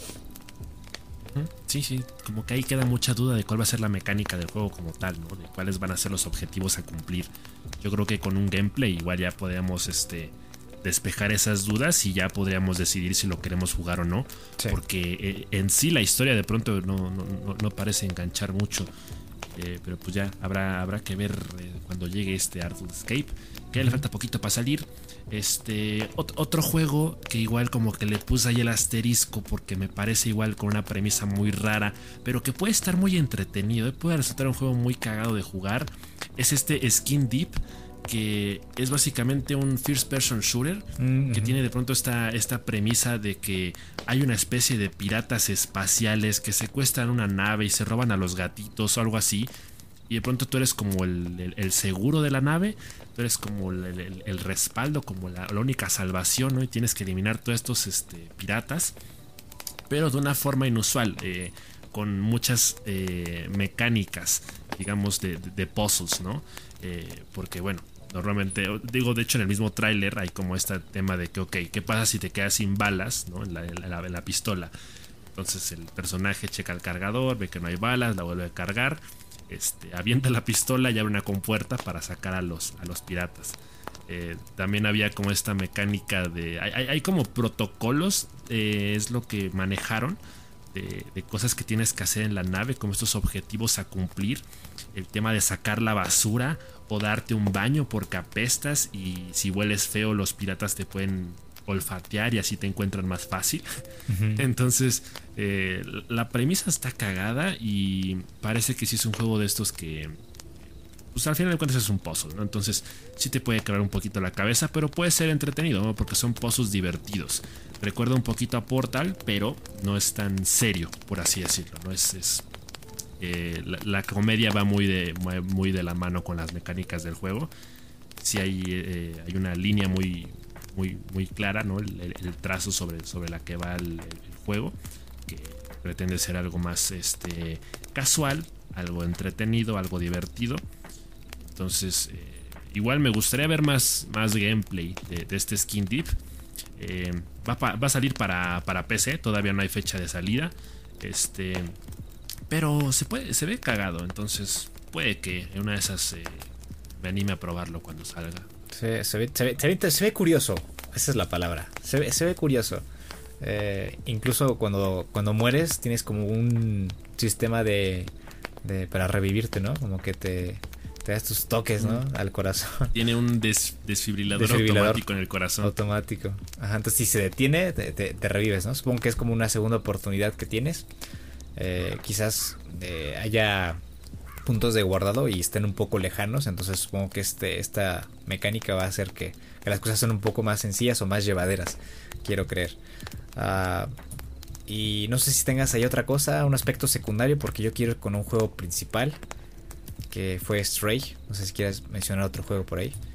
Sí, sí, como que ahí queda mucha duda de cuál va a ser la mecánica del juego como tal, ¿no? De cuáles van a ser los objetivos a cumplir. Yo creo que con un gameplay igual ya podríamos este despejar esas dudas y ya podríamos decidir si lo queremos jugar o no. Sí. Porque eh, en sí la historia de pronto no, no, no, no parece enganchar mucho. Eh, pero pues ya habrá, habrá que ver eh, cuando llegue este Artful Escape, que uh-huh. le falta poquito para salir. Este ot- otro juego que igual como que le puse ahí el asterisco porque me parece igual con una premisa muy rara, pero que puede estar muy entretenido, eh, puede resultar un juego muy cagado de jugar, es este Skin Deep, que es básicamente un first person shooter, mm-hmm. que tiene de pronto esta, esta premisa de que hay una especie de piratas espaciales que secuestran una nave y se roban a los gatitos o algo así, y de pronto tú eres como el, el, el seguro de la nave, tú eres como el, el, el respaldo, como la, la única salvación, ¿no? Y tienes que eliminar todos estos este, piratas, pero de una forma inusual, eh, con muchas eh, mecánicas, digamos, de, de, de puzzles, ¿no? Eh, porque bueno, normalmente, digo, de hecho en el mismo tráiler hay como este tema de que, ok, ¿qué pasa si te quedas sin balas, ¿no? en, la, en, la, en la pistola? Entonces el personaje checa el cargador, ve que no hay balas, la vuelve a cargar, este, avienta la pistola y abre una compuerta para sacar a los, a los piratas. Eh, también había como esta mecánica de... Hay, hay, hay como protocolos, eh, es lo que manejaron, de, de cosas que tienes que hacer en la nave, como estos objetivos a cumplir. El tema de sacar la basura o darte un baño porque apestas y si hueles feo los piratas te pueden olfatear y así te encuentran más fácil. Uh-huh. Entonces eh, la premisa está cagada y parece que sí es un juego de estos que pues al final de cuentas es un puzzle, ¿no? Entonces sí te puede quebrar un poquito la cabeza, pero puede ser entretenido, ¿no? Porque son puzzles divertidos. Recuerda un poquito a Portal, pero no es tan serio, por así decirlo, ¿no? Es... es Eh, la, la comedia va muy de, muy de la mano con las mecánicas del juego. Sí hay, eh, hay una línea muy, muy, muy clara, ¿no? El, el, el trazo sobre, sobre la que va el, el juego, que pretende ser algo más este, casual, algo entretenido, algo divertido. Entonces, eh, igual me gustaría ver más, más gameplay de, de este Skin Deep. Eh, va, pa, va a salir para, para P C, todavía no hay fecha de salida. Este... Pero se puede, se ve cagado, entonces puede que en una de esas eh, me anime a probarlo cuando salga. Se, se, ve, se, ve, se, ve, se ve curioso, esa es la palabra. Se ve, se ve curioso. Eh, incluso cuando, cuando mueres tienes como un sistema de, de para revivirte, ¿no? Como que te, te das tus toques, ¿no? Al corazón. Tiene un des, desfibrilador, desfibrilador automático en el corazón. Automático. Ajá, entonces si se detiene, te, te, te revives, ¿no? Supongo que es como una segunda oportunidad que tienes. Eh, quizás eh, haya puntos de guardado y estén un poco lejanos, entonces supongo que este, esta mecánica va a hacer que, que las cosas sean un poco más sencillas o más llevaderas, quiero creer. Uh, Y no sé si tengas ahí otra cosa, un aspecto secundario, porque yo quiero ir con un juego principal, que fue Stray. No sé si quieres mencionar otro juego por ahí.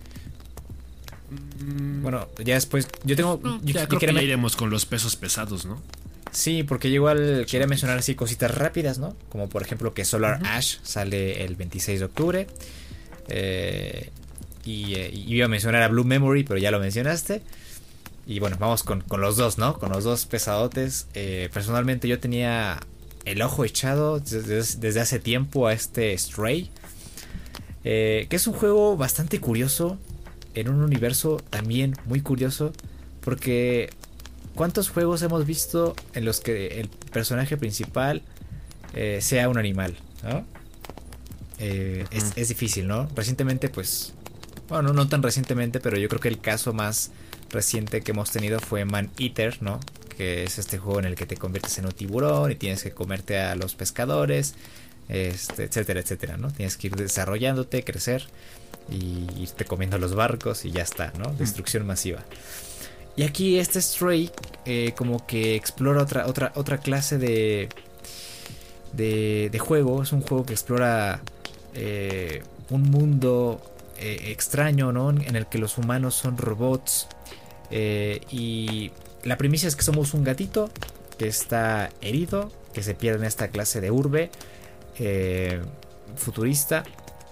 Mm, bueno, ya después, yo tengo... No, yo, ya yo creo quería que ya me- iremos con los pesos pesados, ¿no? Sí, porque yo igual quería mencionar así cositas rápidas, ¿no? Como por ejemplo que Solar Uh-huh. Ash sale el veintiséis de octubre. Eh, y, eh, y iba a mencionar a Blue Memory, pero ya lo mencionaste. Y bueno, vamos con, con los dos, ¿no? Con los dos pesadotes. Eh, personalmente yo tenía el ojo echado desde, desde hace tiempo a este Stray. Eh, que es un juego bastante curioso. En un universo también muy curioso. Porque ¿cuántos juegos hemos visto en los que el personaje principal eh, sea un animal, ¿no? Eh, Uh-huh. es, es difícil, ¿no? Recientemente, pues... Bueno, no tan recientemente, pero yo creo que el caso más reciente que hemos tenido fue Man Eater, ¿no? Que es este juego en el que te conviertes en un tiburón y tienes que comerte a los pescadores, este, etcétera, etcétera, ¿no? Tienes que ir desarrollándote, crecer y irte comiendo los barcos y ya está, ¿no? Destrucción masiva. Y aquí este Stray eh, como que explora otra, otra, otra clase de, de, de juego. Es un juego que explora eh, un mundo eh, extraño, ¿no? En el que los humanos son robots. Eh, y la premisa es que somos un gatito que está herido, que se pierde en esta clase de urbe eh, futurista.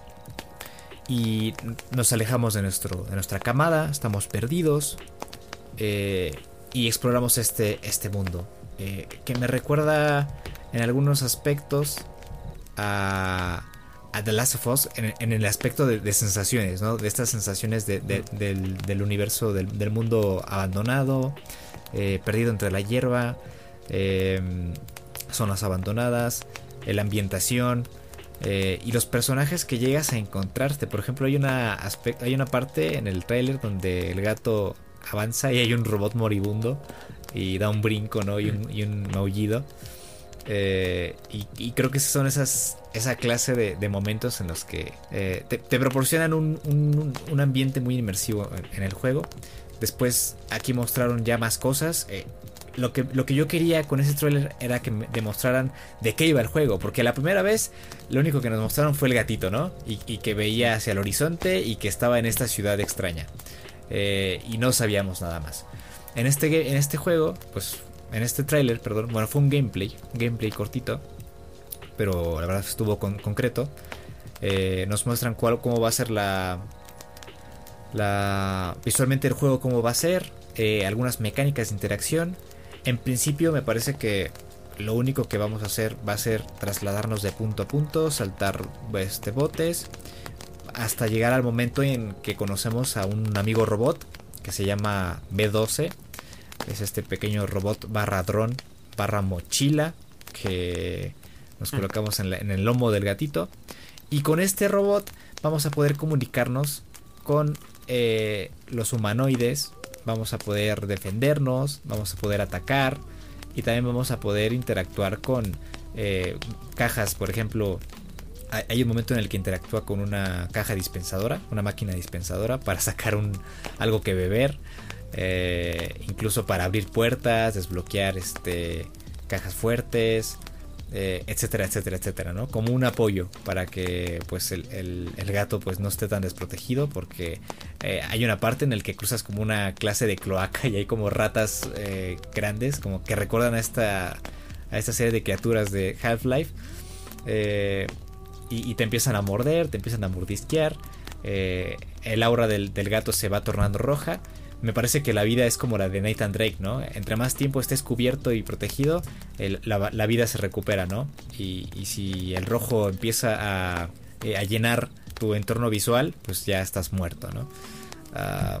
Y nos alejamos de, nuestro, de nuestra camada, estamos perdidos. Eh, y exploramos este, este mundo eh, que me recuerda en algunos aspectos a, a The Last of Us en, en el aspecto de, de sensaciones, ¿no? De estas sensaciones de, de, del, del universo, del, del mundo abandonado, eh, perdido entre la hierba, eh, zonas abandonadas, eh, la ambientación eh, y los personajes que llegas a encontrarte. Por ejemplo, hay una, aspe- hay una parte en el tráiler donde el gato avanza y hay un robot moribundo y da un brinco, ¿no? Y un, y un maullido. Eh, y, y creo que son esas esa clase de, de momentos en los que eh, te, te proporcionan un, un, un ambiente muy inmersivo en, en el juego. Después aquí mostraron ya más cosas. Eh, lo, que, lo que yo quería con ese trailer era que me demostraran de qué iba el juego. Porque la primera vez lo único que nos mostraron fue el gatito, ¿no? Y, y que veía hacia el horizonte y que estaba en esta ciudad extraña. Eh, y no sabíamos nada más. En este, en este juego, pues en este tráiler, perdón, bueno, fue un gameplay, un gameplay cortito, pero la verdad estuvo con, concreto. Eh, nos muestran cuál, cómo va a ser la, la visualmente el juego, cómo va a ser, eh, algunas mecánicas de interacción. En principio me parece que lo único que vamos a hacer va a ser trasladarnos de punto a punto, saltar este, botes, hasta llegar al momento en que conocemos a un amigo robot que se llama B doce. Es este pequeño robot barra dron barra mochila que nos colocamos en, la, en el lomo del gatito. Y con este robot vamos a poder comunicarnos con eh, los humanoides. Vamos a poder defendernos, vamos a poder atacar y también vamos a poder interactuar con eh, cajas. Por ejemplo, hay un momento en el que interactúa con una caja dispensadora, una máquina dispensadora para sacar un, algo que beber, eh, incluso para abrir puertas, desbloquear este, cajas fuertes, eh, etcétera, etcétera, etcétera, ¿no? Como un apoyo para que pues el, el, el gato pues no esté tan desprotegido, porque eh, hay una parte en la que cruzas como una clase de cloaca y hay como ratas eh, grandes, como que recuerdan a esta, a esta serie de criaturas de Half-Life. Eh, Y, y te empiezan a morder, te empiezan a mordisquear. Eh, el aura del, del gato se va tornando roja. Me parece que la vida es como la de Nathan Drake, ¿no? Entre más tiempo estés cubierto y protegido, el, la, la vida se recupera, ¿no? Y, y si el rojo empieza a, eh, a llenar tu entorno visual, pues ya estás muerto, ¿no? Uh,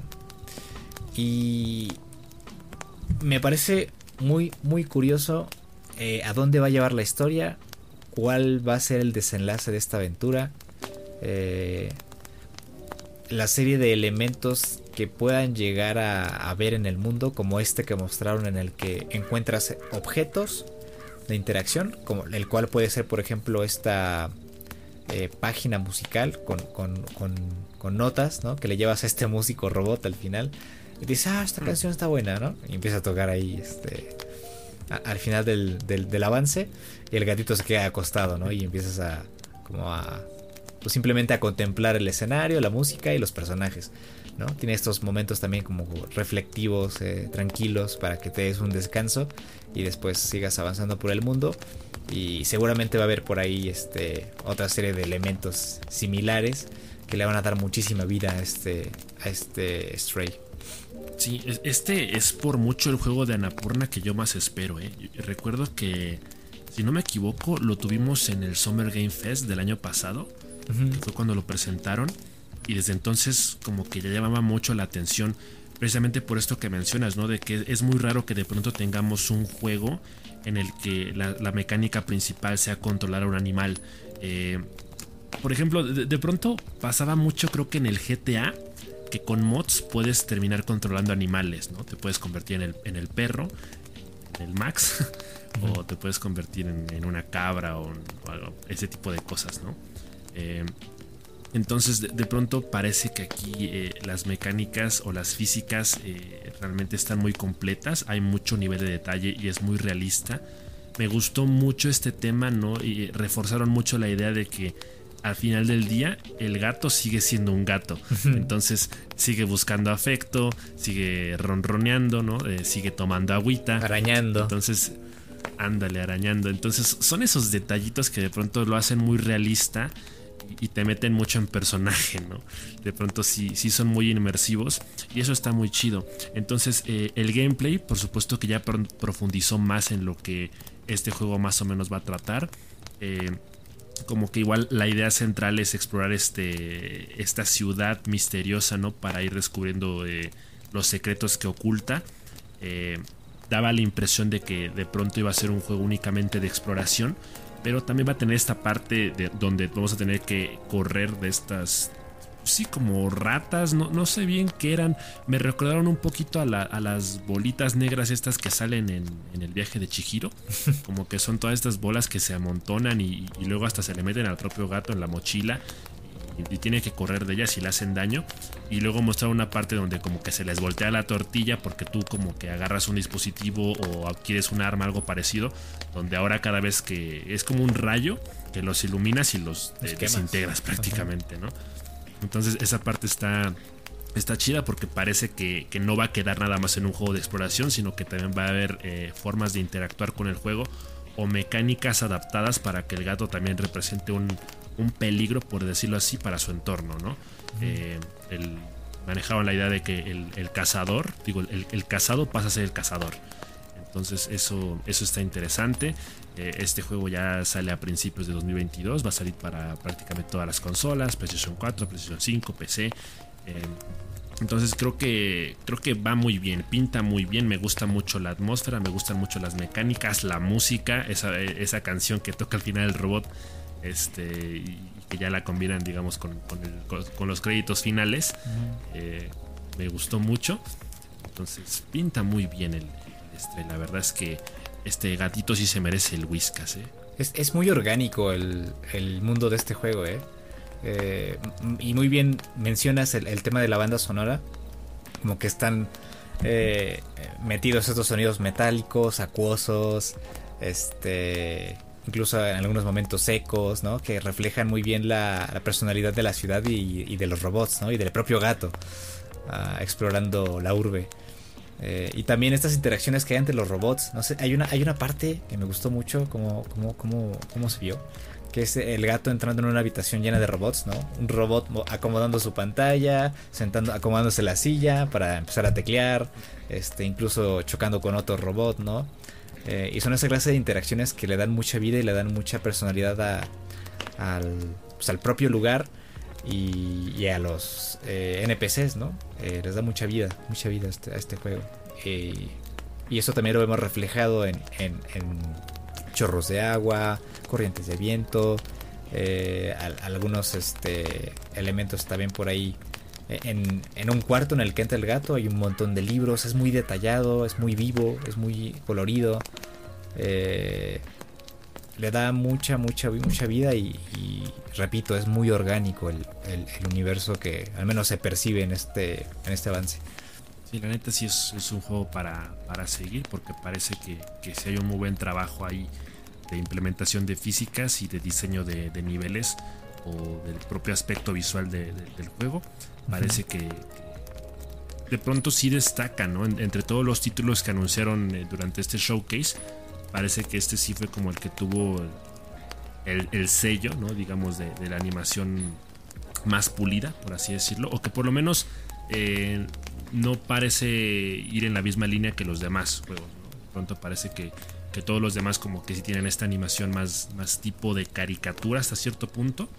y me parece muy, muy curioso eh, a dónde va a llevar la historia. ¿Cuál va a ser el desenlace de esta aventura? Eh, la serie de elementos que puedan llegar a, a ver en el mundo, como este que mostraron, en el que encuentras objetos de interacción, como el cual puede ser, por ejemplo, esta eh, página musical con, con, con, con notas, ¿no? Que le llevas a este músico robot al final. Y dices, ah, esta canción está buena, ¿no? Y empieza a tocar ahí este... a, al final del, del, del avance, y el gatito se queda acostado, ¿no? Y empiezas a como a pues simplemente a contemplar el escenario, la música y los personajes, ¿no? Tiene estos momentos también como reflectivos, eh, tranquilos, para que te des un descanso y después sigas avanzando por el mundo. Y seguramente va a haber por ahí este otra serie de elementos similares que le van a dar muchísima vida a este a este Stray. Sí, este es por mucho el juego de Annapurna que yo más espero, ¿eh? Recuerdo que, si no me equivoco, lo tuvimos en el Summer Game Fest del año pasado, uh-huh. que fue cuando lo presentaron, y desde entonces como que ya llamaba mucho la atención, precisamente por esto que mencionas, ¿no? De que es muy raro que de pronto tengamos un juego en el que la, la mecánica principal sea controlar a un animal. Eh, por ejemplo, de, de pronto pasaba mucho, creo que en el G T A, que con mods puedes terminar controlando animales, ¿no? Te puedes convertir en el, en el perro, en el Max, uh-huh. o te puedes convertir en, en una cabra o, o algo, ese tipo de cosas, ¿no? Eh, entonces de, de pronto parece que aquí eh, las mecánicas o las físicas eh, realmente están muy completas, hay mucho nivel de detalle y es muy realista. Me gustó mucho este tema, ¿no? Y reforzaron mucho la idea de que al final del día el gato sigue siendo un gato, entonces sigue buscando afecto, sigue ronroneando, ¿no? Eh, sigue tomando agüita, arañando, entonces ándale, arañando. Entonces son esos detallitos que de pronto lo hacen muy realista y te meten mucho en personaje, ¿no? De pronto sí, sí son muy inmersivos y eso está muy chido. Entonces eh, el gameplay, por supuesto que ya profundizó más en lo que este juego más o menos va a tratar. eh, Como que igual la idea central es explorar este, esta ciudad misteriosa, ¿no? Para ir descubriendo eh, los secretos que oculta. Eh, daba la impresión de que de pronto iba a ser un juego únicamente de exploración, pero también va a tener esta parte de donde vamos a tener que correr de estas, sí, como ratas, no, no sé bien qué eran. Me recordaron un poquito a, la, a las bolitas negras estas que salen en, en el viaje de Chihiro. Como que son todas estas bolas que se amontonan y, y luego hasta se le meten al propio gato en la mochila y, y tiene que correr de ellas y le hacen daño. Y luego mostrar una parte donde como que se les voltea la tortilla porque tú como que agarras un dispositivo o adquieres un arma, algo parecido, donde ahora cada vez que es como un rayo que los iluminas y los eh, desintegras prácticamente, ¿no? Entonces esa parte está, está chida porque parece que, que no va a quedar nada más en un juego de exploración, sino que también va a haber eh, formas de interactuar con el juego o mecánicas adaptadas para que el gato también represente un, un peligro, por decirlo así, para su entorno, ¿no? Uh-huh. eh, el, manejaban la idea de que el, el cazador, digo, el, el cazado pasa a ser el cazador. Entonces eso, eso está interesante. Este juego ya sale a principios de dos mil veintidós, va a salir para prácticamente todas las consolas, PlayStation cuatro, PlayStation cinco, P C. Eh, entonces creo que creo que va muy bien, pinta muy bien, me gusta mucho la atmósfera, me gustan mucho las mecánicas, la música, esa, esa canción que toca al final el robot, este, y que ya la combinan, digamos, con, con, el, con, con los créditos finales. Eh, me gustó mucho, entonces pinta muy bien el, el Stray. La verdad es que este gatito sí se merece el Whiskas, ¿eh? Es, es muy orgánico el, el mundo de este juego, ¿eh? Eh, y muy bien mencionas el, el tema de la banda sonora. Como que están eh, metidos estos sonidos metálicos, acuosos, este, incluso en algunos momentos secos, ¿no? Que reflejan muy bien la, la personalidad de la ciudad y, y de los robots, ¿no? Y del propio gato uh, explorando la urbe. Eh, y también estas interacciones que hay entre los robots. No sé, hay una, hay una parte que me gustó mucho, como, como, como, como se vio, que es el gato entrando en una habitación llena de robots, ¿no? Un robot acomodando su pantalla, sentando, acomodándose la silla para empezar a teclear, este, incluso chocando con otro robot, ¿no? Eh, y son esa clase de interacciones que le dan mucha vida y le dan mucha personalidad a, al, pues, al propio lugar. Y, y a los eh, N P Cs, ¿no? Eh, les da mucha vida, mucha vida a este, a este juego. Eh, y eso también lo vemos reflejado en, en, en chorros de agua, corrientes de viento, eh, a, algunos este, elementos también por ahí. En, en un cuarto en el que entra el gato hay un montón de libros, es muy detallado, es muy vivo, es muy colorido. Eh, le da mucha, mucha, mucha vida y, y repito, es muy orgánico el, el, el universo que al menos se percibe en este, en este avance. Sí, la neta sí es, es un juego para, para seguir, porque parece que, que sí hay un muy buen trabajo ahí de implementación de físicas y de diseño de, de niveles o del propio aspecto visual de, de, del juego. Parece uh-huh. que, que de pronto sí destaca, ¿no? En, entre todos los títulos que anunciaron eh, durante este showcase, parece que este sí fue como el que tuvo el, el sello, ¿no? Digamos, de, de la animación más pulida, por así decirlo, o que por lo menos eh, no parece ir en la misma línea que los demás juegos, ¿no? De pronto parece que, que todos los demás como que sí tienen esta animación más, más tipo de caricatura hasta cierto punto,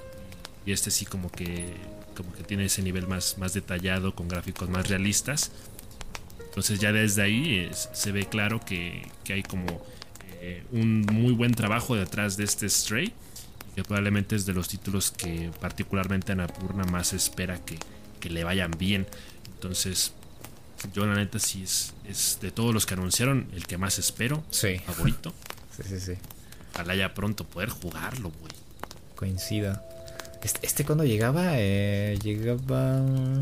y este sí como que, como que tiene ese nivel más, más detallado, con gráficos más realistas. Entonces ya desde ahí es, se ve claro que, que hay como eh, un muy buen trabajo detrás de este Stray, que probablemente es de los títulos que particularmente Annapurna más espera que, que le vayan bien. Entonces yo la neta sí es, es de todos los que anunciaron el que más espero, sí. favorito. Sí, sí, sí. Ojalá ya pronto poder jugarlo, güey. Coincido. Este, este cuando llegaba, eh, llegaba...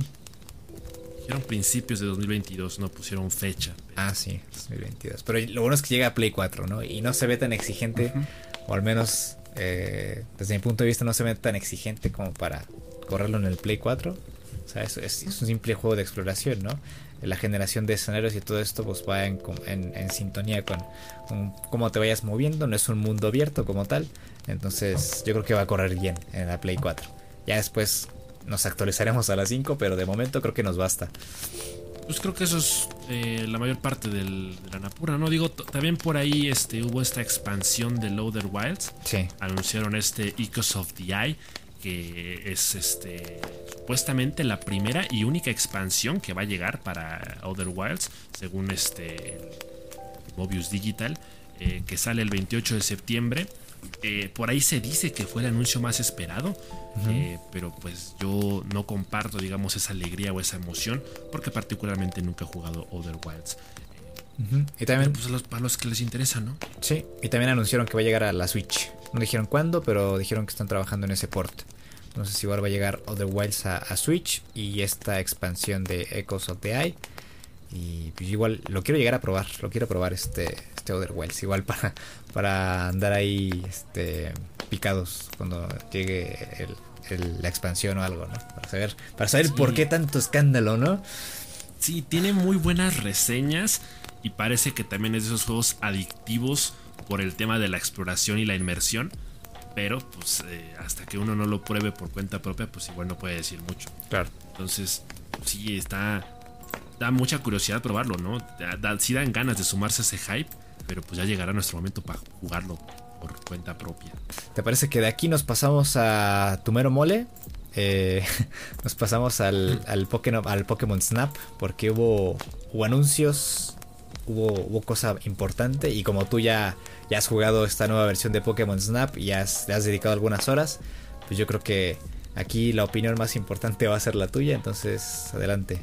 Dijeron principios de dos mil veintidós, no pusieron fecha. Pero... Ah, sí, dos mil veintidós. Pero lo bueno es que llega a Play cuatro, ¿no? Y no se ve tan exigente, uh-huh. o al menos eh, desde mi punto de vista no se ve tan exigente como para correrlo en el Play cuatro. O sea, es, es, es un simple juego de exploración, ¿no? La generación de escenarios y todo esto pues va en, en, en sintonía con, con cómo te vayas moviendo. No es un mundo abierto como tal. Entonces yo creo que va a correr bien en la Play cuatro. Ya después nos actualizaremos a la cinco, pero de momento creo que nos basta. Pues creo que eso es eh, la mayor parte del, de la Annapurna, ¿no? Digo, t- también por ahí este, hubo esta expansión de Outer Wilds. Sí. Anunciaron este Echoes of the Eye, que es este supuestamente la primera y única expansión que va a llegar para Outer Wilds, según este Mobius Digital, eh, que sale el veintiocho de septiembre. Eh, por ahí se dice que fue el anuncio más esperado, uh-huh. eh, pero pues yo no comparto, digamos, esa alegría o esa emoción, porque particularmente nunca he jugado Outer Wilds. Uh-huh. Y también, pues a los, a los que les interesa, ¿no? Sí, y también anunciaron que va a llegar a la Switch. No dijeron cuándo, pero dijeron que están trabajando en ese port. Entonces igual va a llegar Outer Wilds a, a Switch y esta expansión de Echoes of the Eye. Y pues igual lo quiero llegar a probar, lo quiero probar este, este Outer Wilds, igual para, para andar ahí este, picados cuando llegue el, el, la expansión o algo, ¿no? Para saber, para saber sí. por qué tanto escándalo, ¿no? Sí, tiene muy buenas reseñas y parece que también es de esos juegos adictivos por el tema de la exploración y la inmersión, pero pues eh, hasta que uno no lo pruebe por cuenta propia, pues igual no puede decir mucho. Claro. Entonces, sí, está... da mucha curiosidad probarlo, ¿no? Da, da, sí dan ganas de sumarse a ese hype, pero pues ya llegará nuestro momento para jugarlo por cuenta propia. ¿Te parece que de aquí nos pasamos a tu mero mole? Eh, nos pasamos al, al, Pokémon, al Pokémon Snap, porque hubo, hubo anuncios, hubo, hubo cosa importante, y como tú ya, ya has jugado esta nueva versión de Pokémon Snap y has, le has dedicado algunas horas, pues yo creo que aquí la opinión más importante va a ser la tuya, entonces adelante.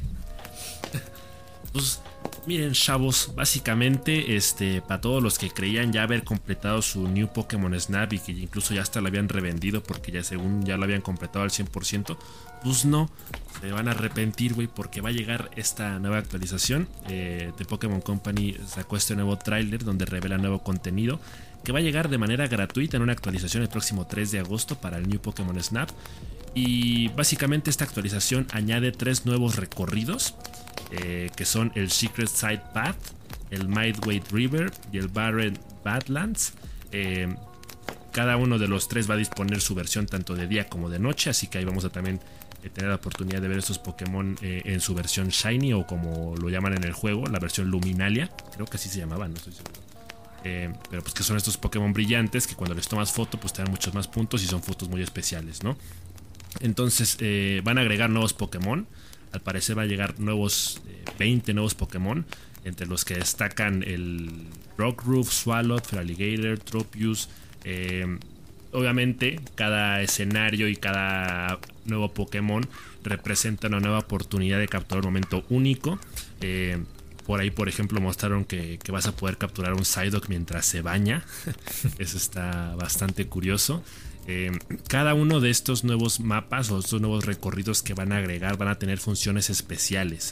Pues miren, chavos, básicamente este, para todos los que creían ya haber completado su New Pokémon Snap y que incluso ya hasta lo habían revendido porque ya según ya lo habían completado al cien por ciento, pues no, se van a arrepentir, güey, porque va a llegar esta nueva actualización. eh, The Pokémon Company sacó este nuevo tráiler donde revela nuevo contenido que va a llegar de manera gratuita en una actualización el próximo tres de agosto para el New Pokémon Snap. Y básicamente esta actualización añade tres nuevos recorridos, eh, que son el Secret Side Path, el Midway River y el Barren Badlands. Eh, cada uno de los tres va a disponer su versión tanto de día como de noche, así que ahí vamos a también eh, tener la oportunidad de ver estos Pokémon eh, en su versión Shiny, o como lo llaman en el juego, la versión Luminalia, creo que así se llamaba, no estoy seguro. Eh, pero pues que son estos Pokémon brillantes que cuando les tomas foto pues te dan muchos más puntos y son fotos muy especiales, ¿no? Entonces eh, van a agregar nuevos Pokémon. Al parecer va a llegar nuevos eh, veinte nuevos Pokémon, entre los que destacan el Rockruff, Swallow, Feraligatr, Tropius. Eh, obviamente cada escenario y cada nuevo Pokémon representa una nueva oportunidad de capturar un momento único. Eh, por ahí, por ejemplo, mostraron que, que vas a poder capturar un Psyduck mientras se baña. Eso está bastante curioso. Eh, cada uno de estos nuevos mapas o estos nuevos recorridos que van a agregar van a tener funciones especiales.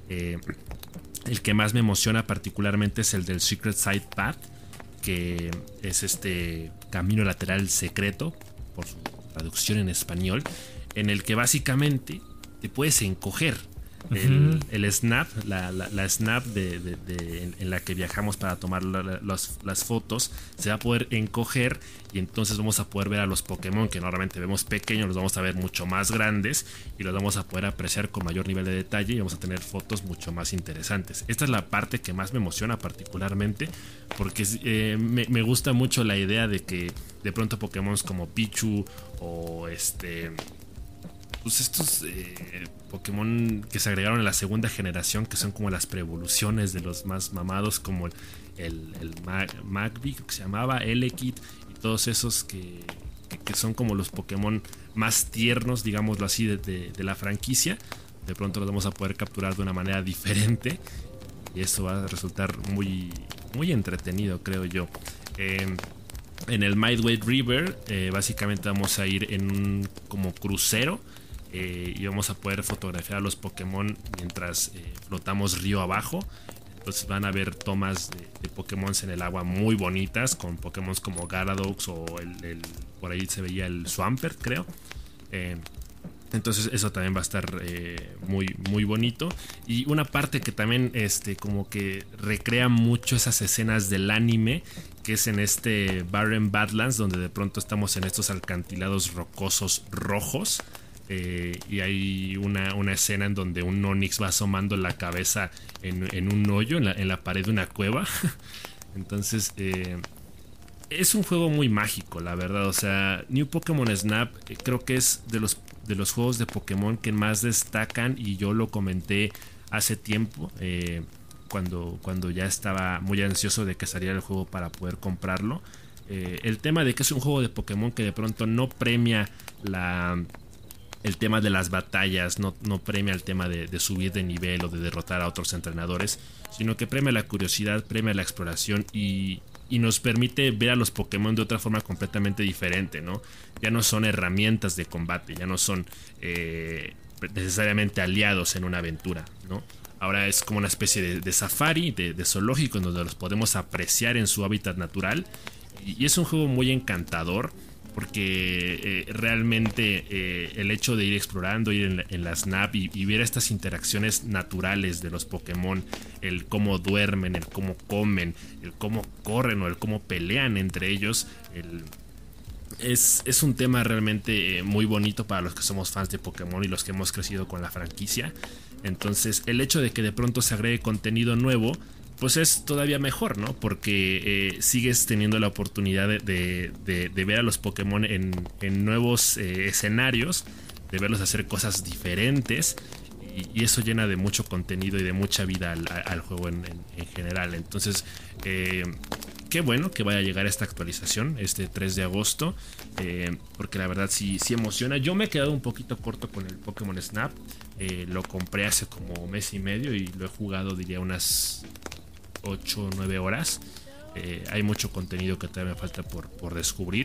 Eh, el que más me emociona particularmente es el del Secret Side Path, que es este camino lateral secreto, por su traducción en español, en el que básicamente te puedes encoger. El, el snap, la, la, la snap de, de, de, en, en la que viajamos para tomar la, la, las, las fotos, se va a poder encoger y entonces vamos a poder ver a los Pokémon que normalmente vemos pequeños, los vamos a ver mucho más grandes y los vamos a poder apreciar con mayor nivel de detalle y vamos a tener fotos mucho más interesantes. Esta es la parte que más me emociona particularmente porque eh, me, me gusta mucho la idea de que de pronto Pokémon como Pichu o este... pues estos eh, Pokémon que se agregaron en la segunda generación, que son como las preevoluciones de los más mamados, como el, el, el Mag, Magby, que se llamaba, Elekid, y todos esos que, que, que son como los Pokémon más tiernos, digámoslo así, de, de, de la franquicia. De pronto los vamos a poder capturar de una manera diferente y eso va a resultar muy, muy entretenido, creo yo. Eh, en el Midway River, eh, básicamente vamos a ir en un como crucero. Eh, y vamos a poder fotografiar a los Pokémon mientras eh, flotamos río abajo. Entonces van a ver tomas de, de Pokémon en el agua muy bonitas, con Pokémon como Gyarados o el, el, por ahí se veía el Swampert, creo. Eh, entonces eso también va a estar eh, muy, muy bonito. Y una parte que también este, como que recrea mucho esas escenas del anime, que es en este Barren Badlands, donde de pronto estamos en estos alcantilados rocosos rojos. Eh, y hay una, una escena en donde un Onix va asomando la cabeza en, en un hoyo, en la, en la pared de una cueva. Entonces, eh, es un juego muy mágico, la verdad. O sea, New Pokémon Snap eh, creo que es de los, de los juegos de Pokémon que más destacan. Y yo lo comenté hace tiempo, eh, cuando, cuando ya estaba muy ansioso de que saliera el juego para poder comprarlo. Eh, el tema de que es un juego de Pokémon que de pronto no premia la... el tema de las batallas, no, no premia el tema de, de subir de nivel o de derrotar a otros entrenadores, sino que premia la curiosidad, premia la exploración y, y nos permite ver a los Pokémon de otra forma completamente diferente, ¿no? Ya no son herramientas de combate, ya no son eh, necesariamente aliados en una aventura, ¿no? Ahora es como una especie de, de safari, de, de zoológico, en donde los podemos apreciar en su hábitat natural y, y es un juego muy encantador. Porque eh, realmente eh, el hecho de ir explorando, ir en, en la Snap y, y ver estas interacciones naturales de los Pokémon, el cómo duermen, el cómo comen, el cómo corren o el cómo pelean entre ellos, el, es, es un tema realmente eh, muy bonito para los que somos fans de Pokémon y los que hemos crecido con la franquicia. Entonces el hecho de que de pronto se agregue contenido nuevo, pues es todavía mejor, ¿no? Porque eh, sigues teniendo la oportunidad de, de, de, de ver a los Pokémon en, en nuevos eh, escenarios, de verlos hacer cosas diferentes y, y eso llena de mucho contenido y de mucha vida al, al juego en, en, en general. Entonces, eh, qué bueno que vaya a llegar esta actualización este tres de agosto, eh, porque la verdad sí, sí emociona. Yo me he quedado un poquito corto con el Pokémon Snap, eh, lo compré hace como mes y medio y lo he jugado, diría, unas ocho o nueve horas. Eh, hay mucho contenido que todavía me falta por, por descubrir.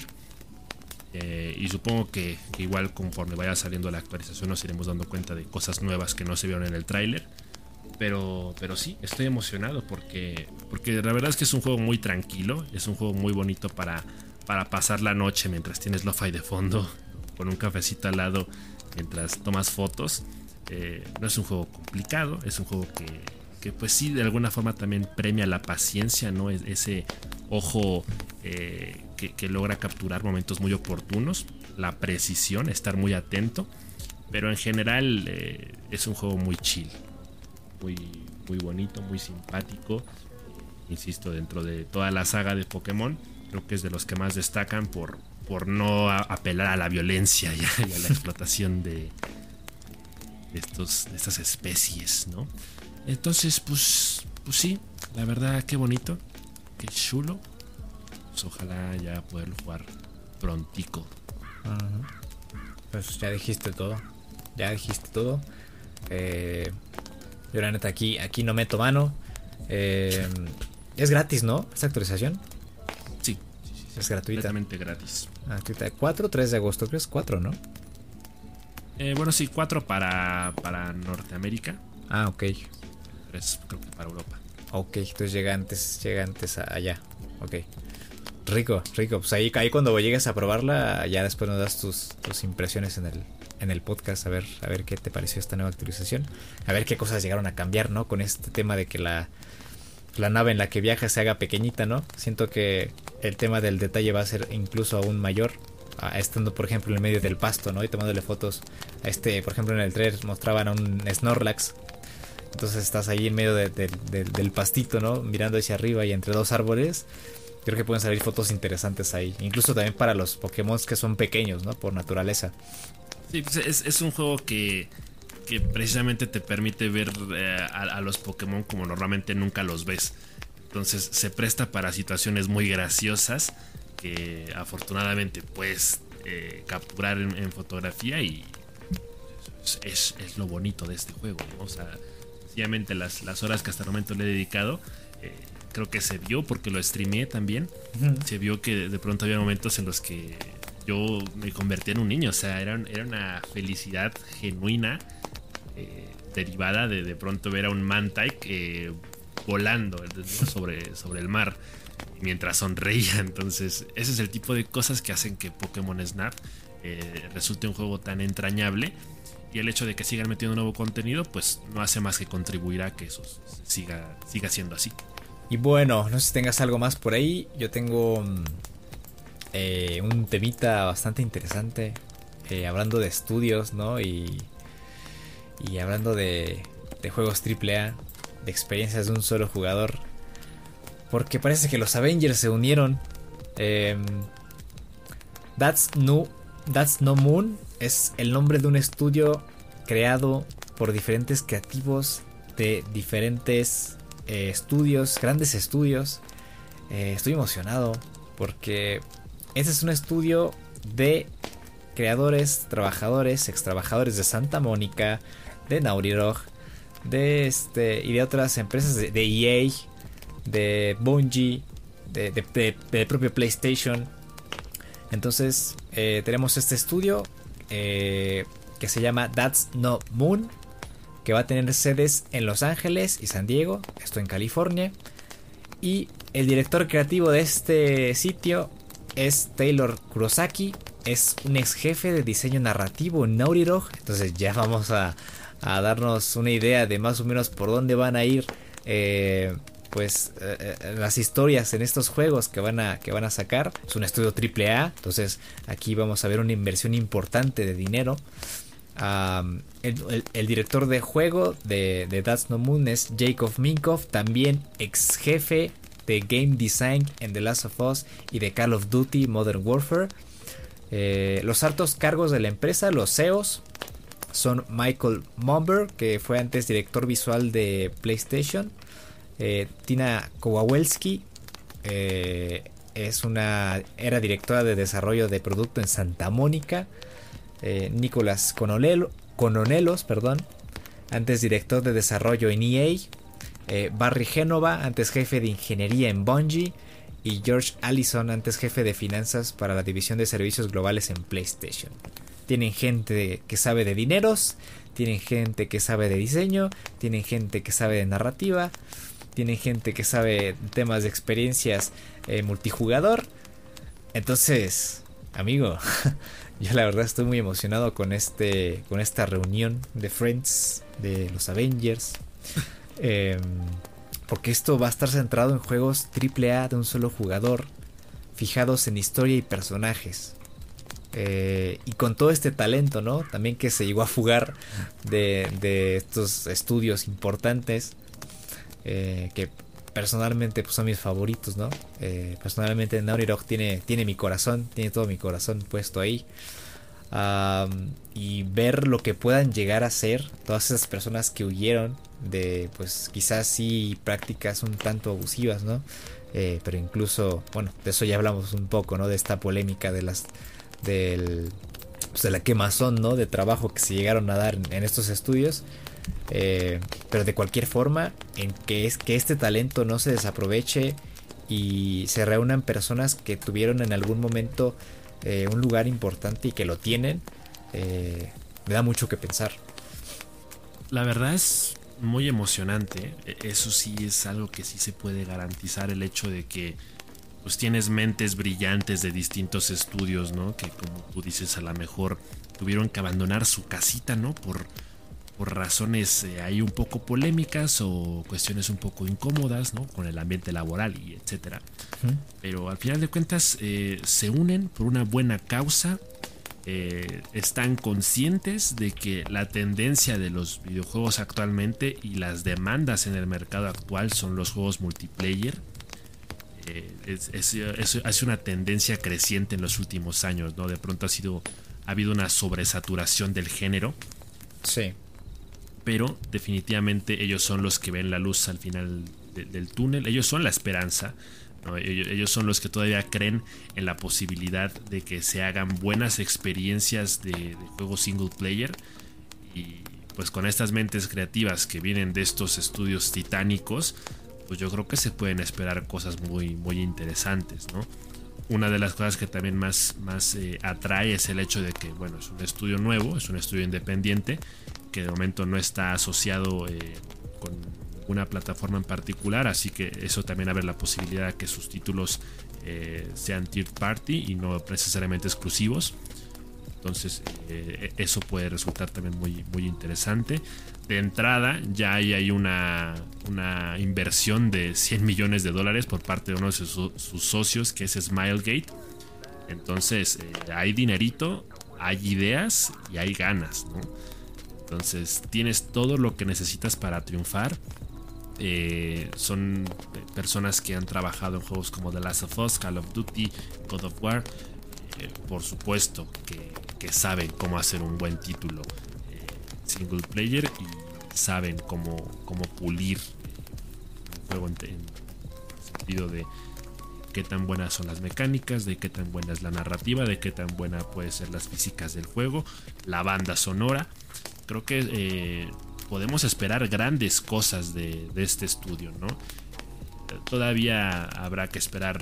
Eh, y supongo que, que igual conforme vaya saliendo la actualización nos iremos dando cuenta de cosas nuevas que no se vieron en el tráiler. Pero, pero sí, estoy emocionado porque, porque la verdad es que es un juego muy tranquilo. Es un juego muy bonito para, para pasar la noche mientras tienes lo-fi de fondo, con un cafecito al lado mientras tomas fotos. Eh, no es un juego complicado, es un juego que que pues sí, de alguna forma también premia la paciencia, ¿no? Ese ojo eh, que, que logra capturar momentos muy oportunos, la precisión, estar muy atento, pero en general eh, es un juego muy chill, muy, muy bonito, muy simpático. Insisto, dentro de toda la saga de Pokémon, creo que es de los que más destacan por, por no a, apelar a la violencia y a, y a la explotación de, de, estos, de estas especies, ¿no? Entonces, pues, pues sí, la verdad, qué bonito, qué chulo. Pues ojalá ya poderlo jugar prontico. Uh-huh. Pues ya dijiste todo, ya dijiste todo. Eh, yo la neta aquí, aquí no meto mano. Eh, es gratis, ¿no? ¿Esta actualización? Sí, sí, sí, sí, es gratuita. Completamente gratis. Gratuita. cuatro, tres de agosto, creo que es cuatro, ¿no? Eh, bueno, sí, cuatro para, para Norteamérica. Ah, ok. tres, creo que para Europa. Ok, entonces llega antes, llega antes a- allá. Ok. Rico, rico. Pues ahí, ahí cuando llegues a probarla, ya después nos das tus, tus impresiones en el, en el podcast, a ver, a ver qué te pareció esta nueva actualización. A ver qué cosas llegaron a cambiar, ¿no? Con este tema de que la, la nave en la que viaja se haga pequeñita, ¿no? Siento que el tema del detalle va a ser incluso aún mayor. Ah, estando por ejemplo en el medio del pasto, ¿no? Y tomándole fotos a este, por ejemplo en el trailer mostraban a un Snorlax. Entonces estás ahí en medio de, de, de, del pastito, ¿no? Mirando hacia arriba y entre dos árboles. Creo que pueden salir fotos interesantes ahí. Incluso también para los Pokémon que son pequeños, ¿no? Por naturaleza. Sí, pues es, es un juego que, que precisamente te permite ver eh, a, a los Pokémon como normalmente nunca los ves. Entonces se presta para situaciones muy graciosas que afortunadamente puedes eh, capturar en, en fotografía y es, es, es lo bonito de este juego, ¿no? O sea, sencillamente las, las horas que hasta el momento le he dedicado, eh, creo que se vio porque lo streameé también. Uh-huh. Se vio que de pronto había momentos en los que yo me convertí en un niño, o sea, era, era una felicidad genuina eh, derivada de de pronto ver a un Mantike eh, volando sobre, sobre el mar mientras sonreía. Entonces ese es el tipo de cosas que hacen que Pokémon Snap eh, resulte un juego tan entrañable, y el hecho de que sigan metiendo nuevo contenido pues no hace más que contribuir a que eso siga, siga siendo así. Y bueno, no sé si tengas algo más por ahí. Yo tengo eh, un temita bastante interesante, eh, hablando de estudios, ¿no? Y, y hablando de, de juegos triple A, de experiencias de un solo jugador. Porque parece que los Avengers se unieron. Eh, That's No, That's No Moon es el nombre de un estudio creado por diferentes creativos de diferentes eh, estudios, grandes estudios. Eh, estoy emocionado porque este es un estudio de creadores, trabajadores, ex trabajadores de Santa Mónica, de Naughty Dog, de este y de otras empresas de, de E A, de Bungie, de, de, de, de propio PlayStation. Entonces eh, tenemos este estudio eh, que se llama That's No Moon, que va a tener sedes en Los Ángeles y San Diego, esto en California. Y el director creativo de este sitio es Taylor Kurosaki, es un ex jefe de diseño narrativo en Naughty Dog. Entonces ya vamos a, a darnos una idea de más o menos por dónde van a ir eh, pues eh, las historias en estos juegos que van a que van a sacar. Es un estudio triple A, entonces aquí vamos a ver una inversión importante de dinero. Um, el, el, el director de juego de, de That's No Moon es Jacob Minkoff, también ex jefe de Game Design en The Last of Us y de Call of Duty Modern Warfare. Eh, los altos cargos de la empresa, los C E Os, son Michael Mumber, que fue antes director visual de PlayStation. Eh, Tina Kowalski eh, es una era directora de desarrollo de producto en Santa Mónica. Eh, Nicolás Cononelo, Cononelos, perdón, antes director de desarrollo en E A. eh, Barry Génova, antes jefe de ingeniería en Bungie, y George Allison, antes jefe de finanzas para la división de servicios globales en PlayStation. Tienen gente que sabe de dineros, tienen gente que sabe de diseño, tienen gente que sabe de narrativa, tienen gente que sabe temas de experiencias eh, multijugador. Entonces, amigo, yo la verdad estoy muy emocionado con este con esta reunión de Friends, de los Avengers. Eh, porque esto va a estar centrado en juegos triple A de un solo jugador, fijados en historia y personajes. Eh, y con todo este talento, ¿no? También que se llegó a fugar de, de estos estudios importantes, eh, que personalmente pues, son mis favoritos, ¿no? Eh, personalmente Naughty Dog tiene, tiene mi corazón, tiene todo mi corazón puesto ahí. Um, y ver lo que puedan llegar a ser todas esas personas que huyeron de, pues quizás sí, prácticas un tanto abusivas, ¿no? Eh, pero incluso, bueno, de eso ya hablamos un poco, ¿no? De esta polémica de las del pues de la quemazón, ¿no? De trabajo que se llegaron a dar en, en estos estudios. Eh, pero de cualquier forma, en que es que este talento no se desaproveche y se reúnan personas que tuvieron en algún momento eh, un lugar importante y que lo tienen, eh, me da mucho que pensar. La verdad es muy emocionante. Eso sí es algo que sí se puede garantizar, el hecho de que pues tienes mentes brillantes de distintos estudios, ¿no? Que como tú dices, a lo mejor tuvieron que abandonar su casita, ¿no? Por, por razones eh, ahí un poco polémicas o cuestiones un poco incómodas, ¿no? Con el ambiente laboral y etcétera. Uh-huh. Pero al final de cuentas eh, se unen por una buena causa. Eh, están conscientes de que la tendencia de los videojuegos actualmente y las demandas en el mercado actual son los juegos multiplayer. Eh, es, es, es, es una tendencia creciente en los últimos años, ¿no? De pronto ha sido ha habido una sobresaturación del género. Sí. Pero definitivamente ellos son los que ven la luz al final de, del túnel. Ellos son la esperanza, ¿no? Ellos, ellos son los que todavía creen en la posibilidad de que se hagan buenas experiencias de, de juegos single player. Y pues con estas mentes creativas que vienen de estos estudios titánicos, pues yo creo que se pueden esperar cosas muy, muy interesantes, ¿no? Una de las cosas que también más, más eh, atrae es el hecho de que, bueno, es un estudio nuevo, es un estudio independiente, que de momento no está asociado eh, con una plataforma en particular, así que eso también abre la posibilidad de que sus títulos eh, sean third party y no necesariamente exclusivos. Entonces eh, eso puede resultar también muy, muy interesante. De entrada ya hay, hay una, una inversión de cien millones de dólares por parte de uno de sus, sus socios, que es Smilegate. Entonces eh, hay dinerito, hay ideas y hay ganas, ¿no? Entonces tienes todo lo que necesitas para triunfar. Eh, son personas que han trabajado en juegos como The Last of Us, Call of Duty, God of War. Eh, por supuesto que, que saben cómo hacer un buen título eh, single player y saben cómo, cómo pulir el juego en, en el sentido de qué tan buenas son las mecánicas, de qué tan buena es la narrativa, de qué tan buena pueden ser las físicas del juego, la banda sonora. Creo que eh, podemos esperar grandes cosas de, de este estudio, ¿no? Todavía habrá que esperar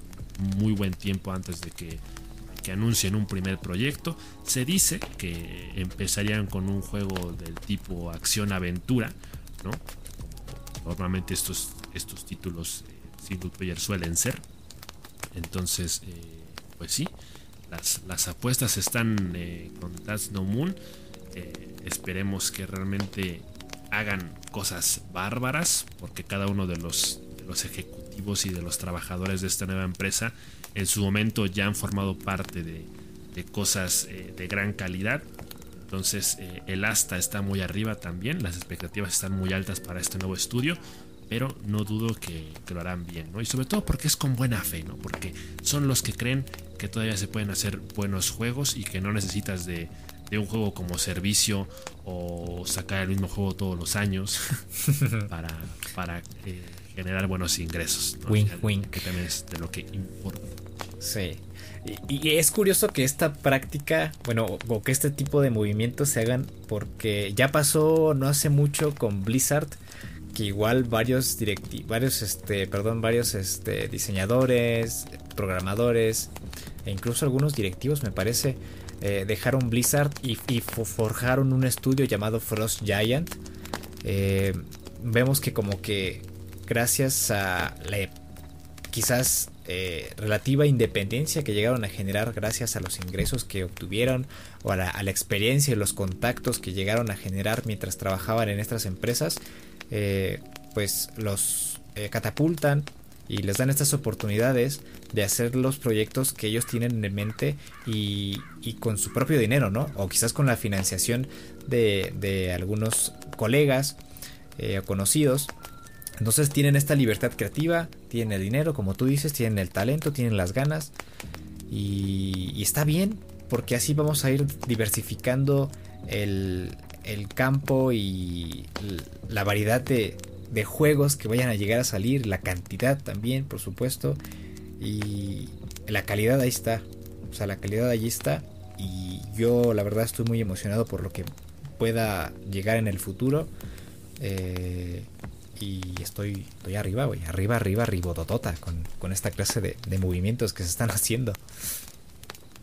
muy buen tiempo antes de que, que anuncien un primer proyecto. Se dice que empezarían con un juego del tipo acción-aventura, ¿no? Como normalmente estos, estos títulos single player suelen ser. Entonces, eh, pues sí, las, las apuestas están eh, con That's No Moon. Eh, esperemos que realmente hagan cosas bárbaras, porque cada uno de los, de los ejecutivos y de los trabajadores de esta nueva empresa en su momento ya han formado parte de, de cosas eh, de gran calidad. Entonces eh, el asta está muy arriba también, las expectativas están muy altas para este nuevo estudio, pero no dudo que, que lo harán bien, ¿no? Y sobre todo porque es con buena fe, ¿no? Porque son los que creen que todavía se pueden hacer buenos juegos y que no necesitas de de un juego como servicio o sacar el mismo juego todos los años para, para eh, generar buenos ingresos, ¿no? Wink, wink. Que también es de lo que importa. Sí. Y, y es curioso que esta práctica, bueno, o que este tipo de movimientos se hagan, porque ya pasó no hace mucho con Blizzard, que igual varios directi varios este, perdón, varios este diseñadores, programadores e incluso algunos directivos, me parece, Eh, dejaron Blizzard y, y forjaron un estudio llamado Frost Giant. Eh, vemos que como que gracias a la quizás eh, relativa independencia que llegaron a generar gracias a los ingresos que obtuvieron o a la, a la experiencia y los contactos que llegaron a generar mientras trabajaban en estas empresas, eh, pues los eh, catapultan y les dan estas oportunidades de hacer los proyectos que ellos tienen en mente y, y con su propio dinero, ¿no? O quizás con la financiación de, de algunos colegas eh, conocidos. Entonces tienen esta libertad creativa, tienen el dinero, como tú dices, tienen el talento, tienen las ganas y, y está bien, porque así vamos a ir diversificando el, el campo y la variedad de de juegos que vayan a llegar a salir, la cantidad también, por supuesto, y la calidad ahí está, o sea, la calidad allí está, y yo la verdad estoy muy emocionado por lo que pueda llegar en el futuro, eh, y estoy, estoy arriba, güey, arriba, arriba, ribototota con, con esta clase de, de movimientos que se están haciendo.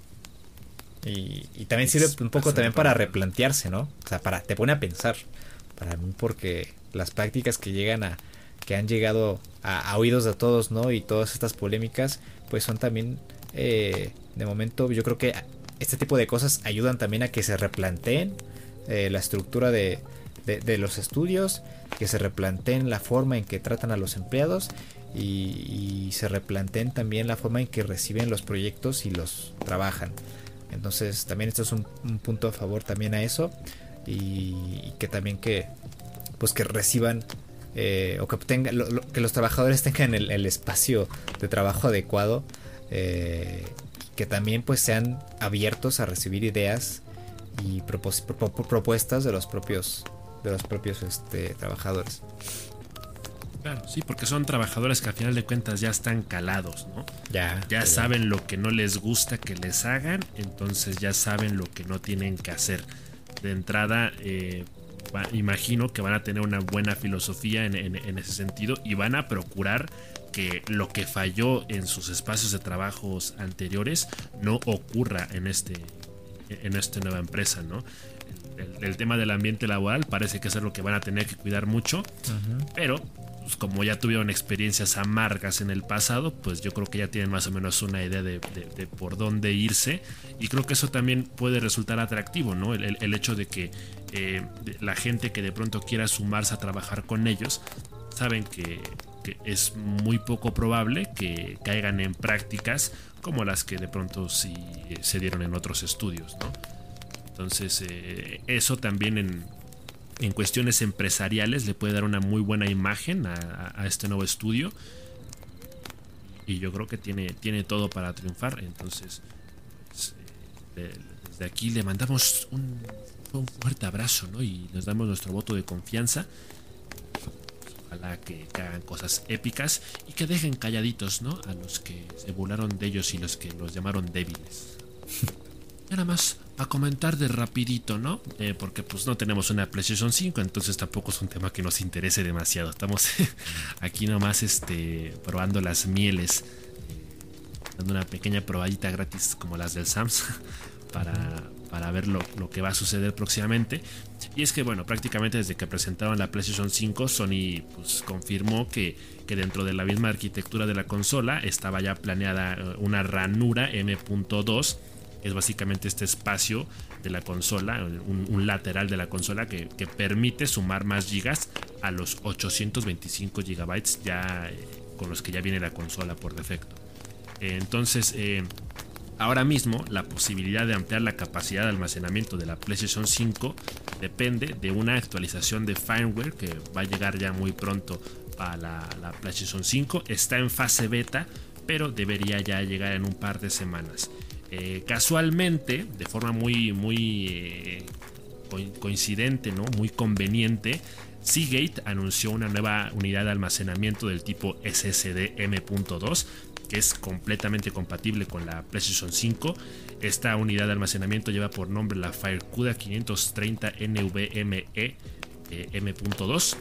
Y, y también sirve un poco también para replantearse, ¿no? O sea, para, te pone a pensar. para mí, porque las prácticas que llegan a que han llegado a, a oídos de todos, ¿no? Y todas estas polémicas, pues son también, eh, de momento, yo creo que este tipo de cosas ayudan también a que se replanteen eh, la estructura de, de, de los estudios, que se replanteen la forma en que tratan a los empleados y, y se replanteen también la forma en que reciben los proyectos y los trabajan. Entonces también esto es un, un punto a favor también a eso, y, y que también que pues que reciban eh, o que obtengan lo, lo, que los trabajadores tengan el, el espacio de trabajo adecuado, eh, que también pues sean abiertos a recibir ideas y propos, pro, propuestas de los propios de los propios este, trabajadores. Claro, sí, porque son trabajadores que al final de cuentas ya están calados, ¿no? Ya, ya ya saben lo que no les gusta que les hagan, entonces ya saben lo que no tienen que hacer. De entrada, eh, va, imagino que van a tener una buena filosofía en, en, en ese sentido y van a procurar que lo que falló en sus espacios de trabajos anteriores no ocurra en este en esta nueva empresa, ¿no? El, el, el tema del ambiente laboral parece que es algo que van a tener que cuidar mucho, uh-huh. pero pues, como ya tuvieron experiencias amargas en el pasado, pues yo creo que ya tienen más o menos una idea de, de, de por dónde irse, y creo que eso también puede resultar atractivo, ¿no? El, el, el hecho de que eh, de la gente que de pronto quiera sumarse a trabajar con ellos saben que, que es muy poco probable que caigan en prácticas como las que de pronto sí se dieron en otros estudios, ¿no? Entonces eh, eso también en, en cuestiones empresariales le puede dar una muy buena imagen a, a este nuevo estudio, y yo creo que tiene, tiene todo para triunfar. Entonces pues, eh, desde aquí le mandamos un, un fuerte abrazo, ¿no? Y les damos nuestro voto de confianza. Ojalá que, que hagan cosas épicas y que dejen calladitos, ¿no? A los que se burlaron de ellos y los que los llamaron débiles. Y nada más a comentar de rapidito, ¿no? Eh, porque pues no tenemos una PlayStation cinco, entonces tampoco es un tema que nos interese demasiado. Estamos aquí nomás este, probando las mieles, eh, dando una pequeña probadita gratis como las del Sams para, para ver lo, lo que va a suceder próximamente. Y es que bueno, prácticamente desde que presentaron la PlayStation cinco, Sony pues confirmó que, que dentro de la misma arquitectura de la consola estaba ya planeada una ranura eme punto dos, que es básicamente este espacio de la consola, un, un lateral de la consola que, que permite sumar más gigas a los ochocientos veinticinco gigabytes ya eh, con los que ya viene la consola por defecto. Eh, entonces eh, ahora mismo la posibilidad de ampliar la capacidad de almacenamiento de la PlayStation cinco depende de una actualización de firmware que va a llegar ya muy pronto a la, la PlayStation cinco. Está en fase beta, pero debería ya llegar en un par de semanas. Eh, casualmente, de forma muy, muy eh, coincidente, ¿no? Muy conveniente, Seagate anunció una nueva unidad de almacenamiento del tipo ese ese de eme punto dos, que es completamente compatible con la PlayStation cinco. Esta unidad de almacenamiento lleva por nombre la FireCuda quinientos treinta ene ve eme e eh, eme punto dos,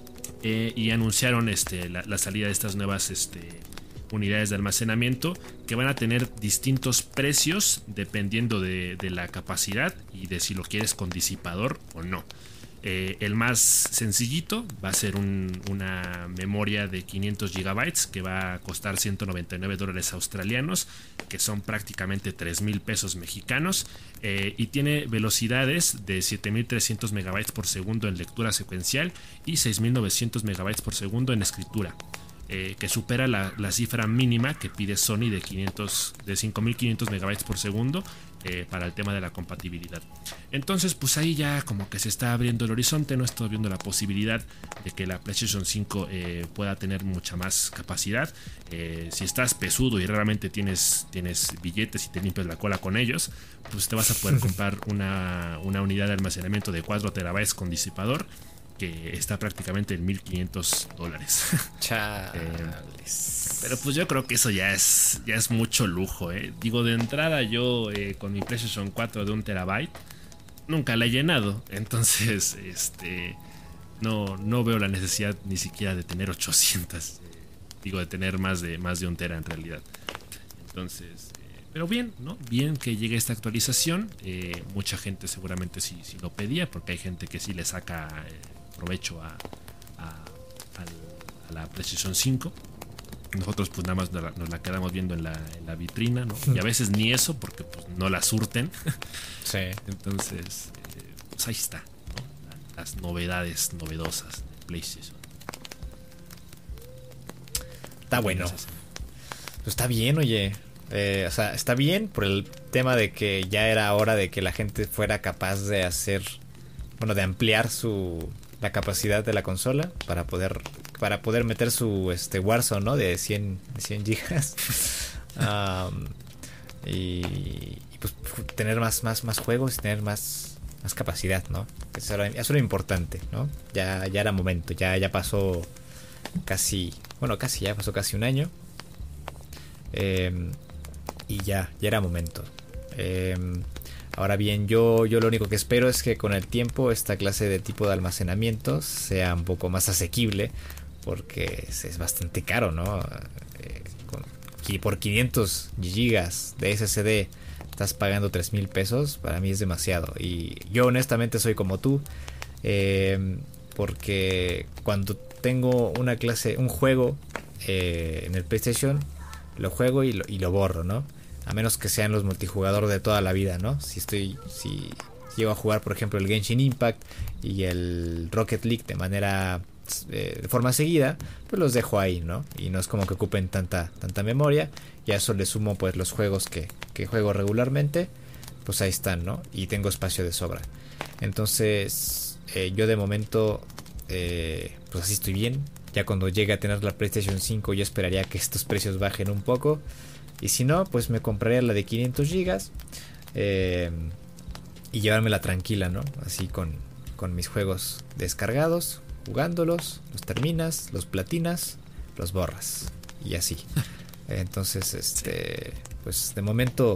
eh, y anunciaron este, la, la salida de estas nuevas este, unidades de almacenamiento, que van a tener distintos precios dependiendo de, de la capacidad y de si lo quieres con disipador o no. Eh, el más sencillito va a ser un, una memoria de quinientos gigabytes que va a costar ciento noventa y nueve dólares australianos, que son prácticamente tres mil pesos mexicanos, eh, y tiene velocidades de siete mil trescientos megabytes por segundo en lectura secuencial y seis mil novecientos megabytes por segundo en escritura, eh, que supera la, la cifra mínima que pide Sony de, quinientos, de cinco mil quinientos megabytes por segundo. Eh, para el tema de la compatibilidad. Entonces pues ahí ya como que se está abriendo el horizonte, no estoy viendo la posibilidad de que la PlayStation cinco eh, pueda tener mucha más capacidad. Eh, si estás pesudo y realmente tienes, tienes billetes y te limpias la cola con ellos, pues te vas a poder comprar una, una unidad de almacenamiento de cuatro terabytes con disipador, que está prácticamente en mil quinientos dólares. Chales. Eh, pero pues yo creo que eso ya es, ya es mucho lujo, ¿eh? Digo, de entrada yo eh, con mi PlayStation cuatro de un terabyte nunca la he llenado. Entonces, este no, no veo la necesidad ni siquiera de tener ochocientos. Eh, digo, de tener más de, más de un tera en realidad. Entonces, eh, pero bien, ¿no? Bien que llegue esta actualización. Eh, mucha gente seguramente sí, sí lo pedía, porque hay gente que sí le saca... Eh, provecho a, a, a, a la PlayStation cinco. Nosotros pues nada más nos la, nos la quedamos viendo en la, en la vitrina, ¿no? Y a veces ni eso porque pues no la surten. Sí. Entonces, eh, pues ahí está, ¿no? Las novedades novedosas de PlayStation. Está bueno. Pues está bien, oye. Eh, o sea, está bien por el tema de que ya era hora de que la gente fuera capaz de hacer, bueno, de ampliar su la capacidad de la consola para poder para poder meter su este Warzone, ¿no? De cien gigas. um, y, y pues tener más más más juegos y tener más más capacidad, ¿no? Eso era, eso era importante, ¿no? Ya ya era momento, ya ya pasó casi, bueno, casi ya pasó casi un año. Eh, y ya ya era momento. Eh, Ahora bien, yo, yo lo único que espero es que con el tiempo esta clase de tipo de almacenamiento sea un poco más asequible, porque es bastante caro, ¿no? Eh, con, por quinientos gigas de S S D estás pagando tres mil pesos, para mí es demasiado. Y yo honestamente soy como tú, eh, porque cuando tengo una clase, un juego eh, en el PlayStation, lo juego y lo, y lo borro, ¿no? A menos que sean los multijugador de toda la vida, ¿no? Si estoy, si llego a jugar, por ejemplo, el Genshin Impact y el Rocket League de manera, eh, de forma seguida, pues los dejo ahí, ¿no? Y no es como que ocupen tanta, tanta memoria. Y a eso le sumo, pues, los juegos que, que juego regularmente, pues ahí están, ¿no? Y tengo espacio de sobra. Entonces, eh, yo de momento, eh, pues así estoy bien. Ya cuando llegue a tener la PlayStation cinco, yo esperaría que estos precios bajen un poco. Y si no, pues me compraría la de quinientos gigas eh, y llevármela tranquila, ¿no? Así con, con mis juegos descargados, jugándolos, los terminas, los platinas, los borras y así. Entonces, este, pues de momento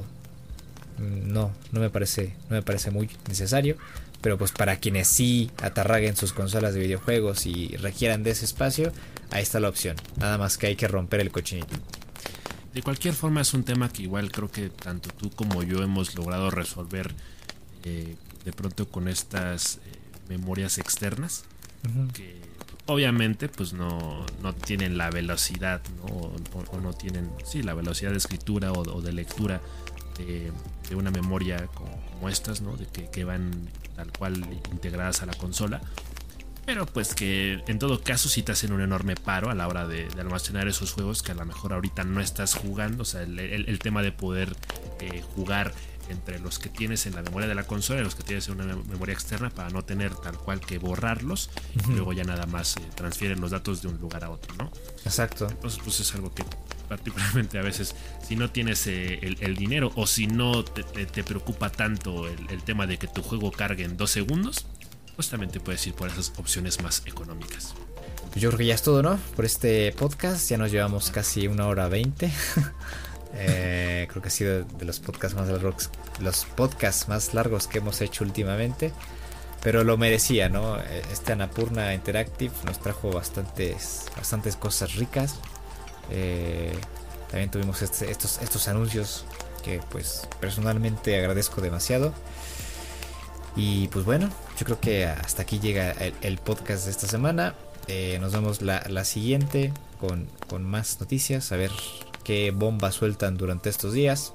no, no me parece, no me parece muy necesario. Pero pues para quienes sí atarraguen sus consolas de videojuegos y requieran de ese espacio, ahí está la opción. Nada más que hay que romper el cochinito. De cualquier forma es un tema que igual creo que tanto tú como yo hemos logrado resolver eh, de pronto con estas eh, memorias externas, uh-huh. que obviamente pues no, no tienen la velocidad, ¿no? O, o no tienen sí la velocidad de escritura o, o de lectura de, de una memoria como, como estas, ¿no? De que, que van tal cual integradas a la consola. Pero pues que en todo caso sí te hacen un enorme paro a la hora de, de almacenar esos juegos que a lo mejor ahorita no estás jugando. O sea, el, el, el tema de poder eh, jugar entre los que tienes en la memoria de la consola y los que tienes en una memoria externa para no tener tal cual que borrarlos. Uh-huh. Y luego ya nada más eh, transfieren los datos de un lugar a otro, ¿no? Exacto. Entonces pues es algo que particularmente a veces si no tienes eh, el, el dinero o si no te, te, te preocupa tanto el, el tema de que tu juego cargue en dos segundos, pues también te puedes ir por esas opciones más económicas. Yo creo que ya es todo, ¿no? Por este podcast ya nos llevamos casi una hora veinte. eh, creo que ha sido de los podcasts más largos, los podcasts más largos que hemos hecho últimamente. Pero lo merecía, ¿no? Este Annapurna Interactive nos trajo bastantes, bastantes cosas ricas. Eh, también tuvimos este, estos, estos anuncios que pues personalmente agradezco demasiado. Y pues bueno, yo creo que hasta aquí llega el, el podcast de esta semana. Eh, nos vemos la, la siguiente con, con más noticias, a ver qué bombas sueltan durante estos días.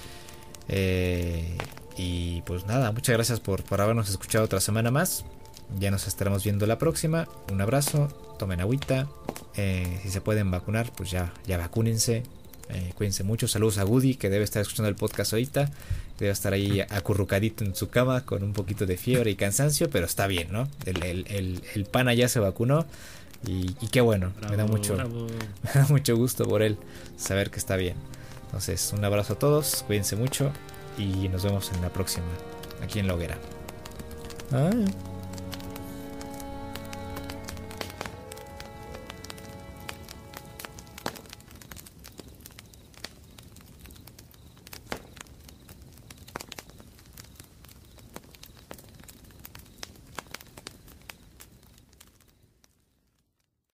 Eh, y pues nada, muchas gracias por, por habernos escuchado otra semana más. Ya nos estaremos viendo la próxima. Un abrazo, tomen agüita. Eh, si se pueden vacunar, pues ya, ya vacúnense. Eh, cuídense mucho. Saludos a Woody, que debe estar escuchando el podcast ahorita. Debe estar ahí acurrucadito en su cama con un poquito de fiebre y cansancio, pero está bien, ¿no? El, el, el, el pana ya se vacunó y, y qué bueno. Bravo, me da mucho me da mucho gusto por él saber que está bien. Entonces, un abrazo a todos, cuídense mucho y nos vemos en la próxima, aquí en La Hoguera. Ah.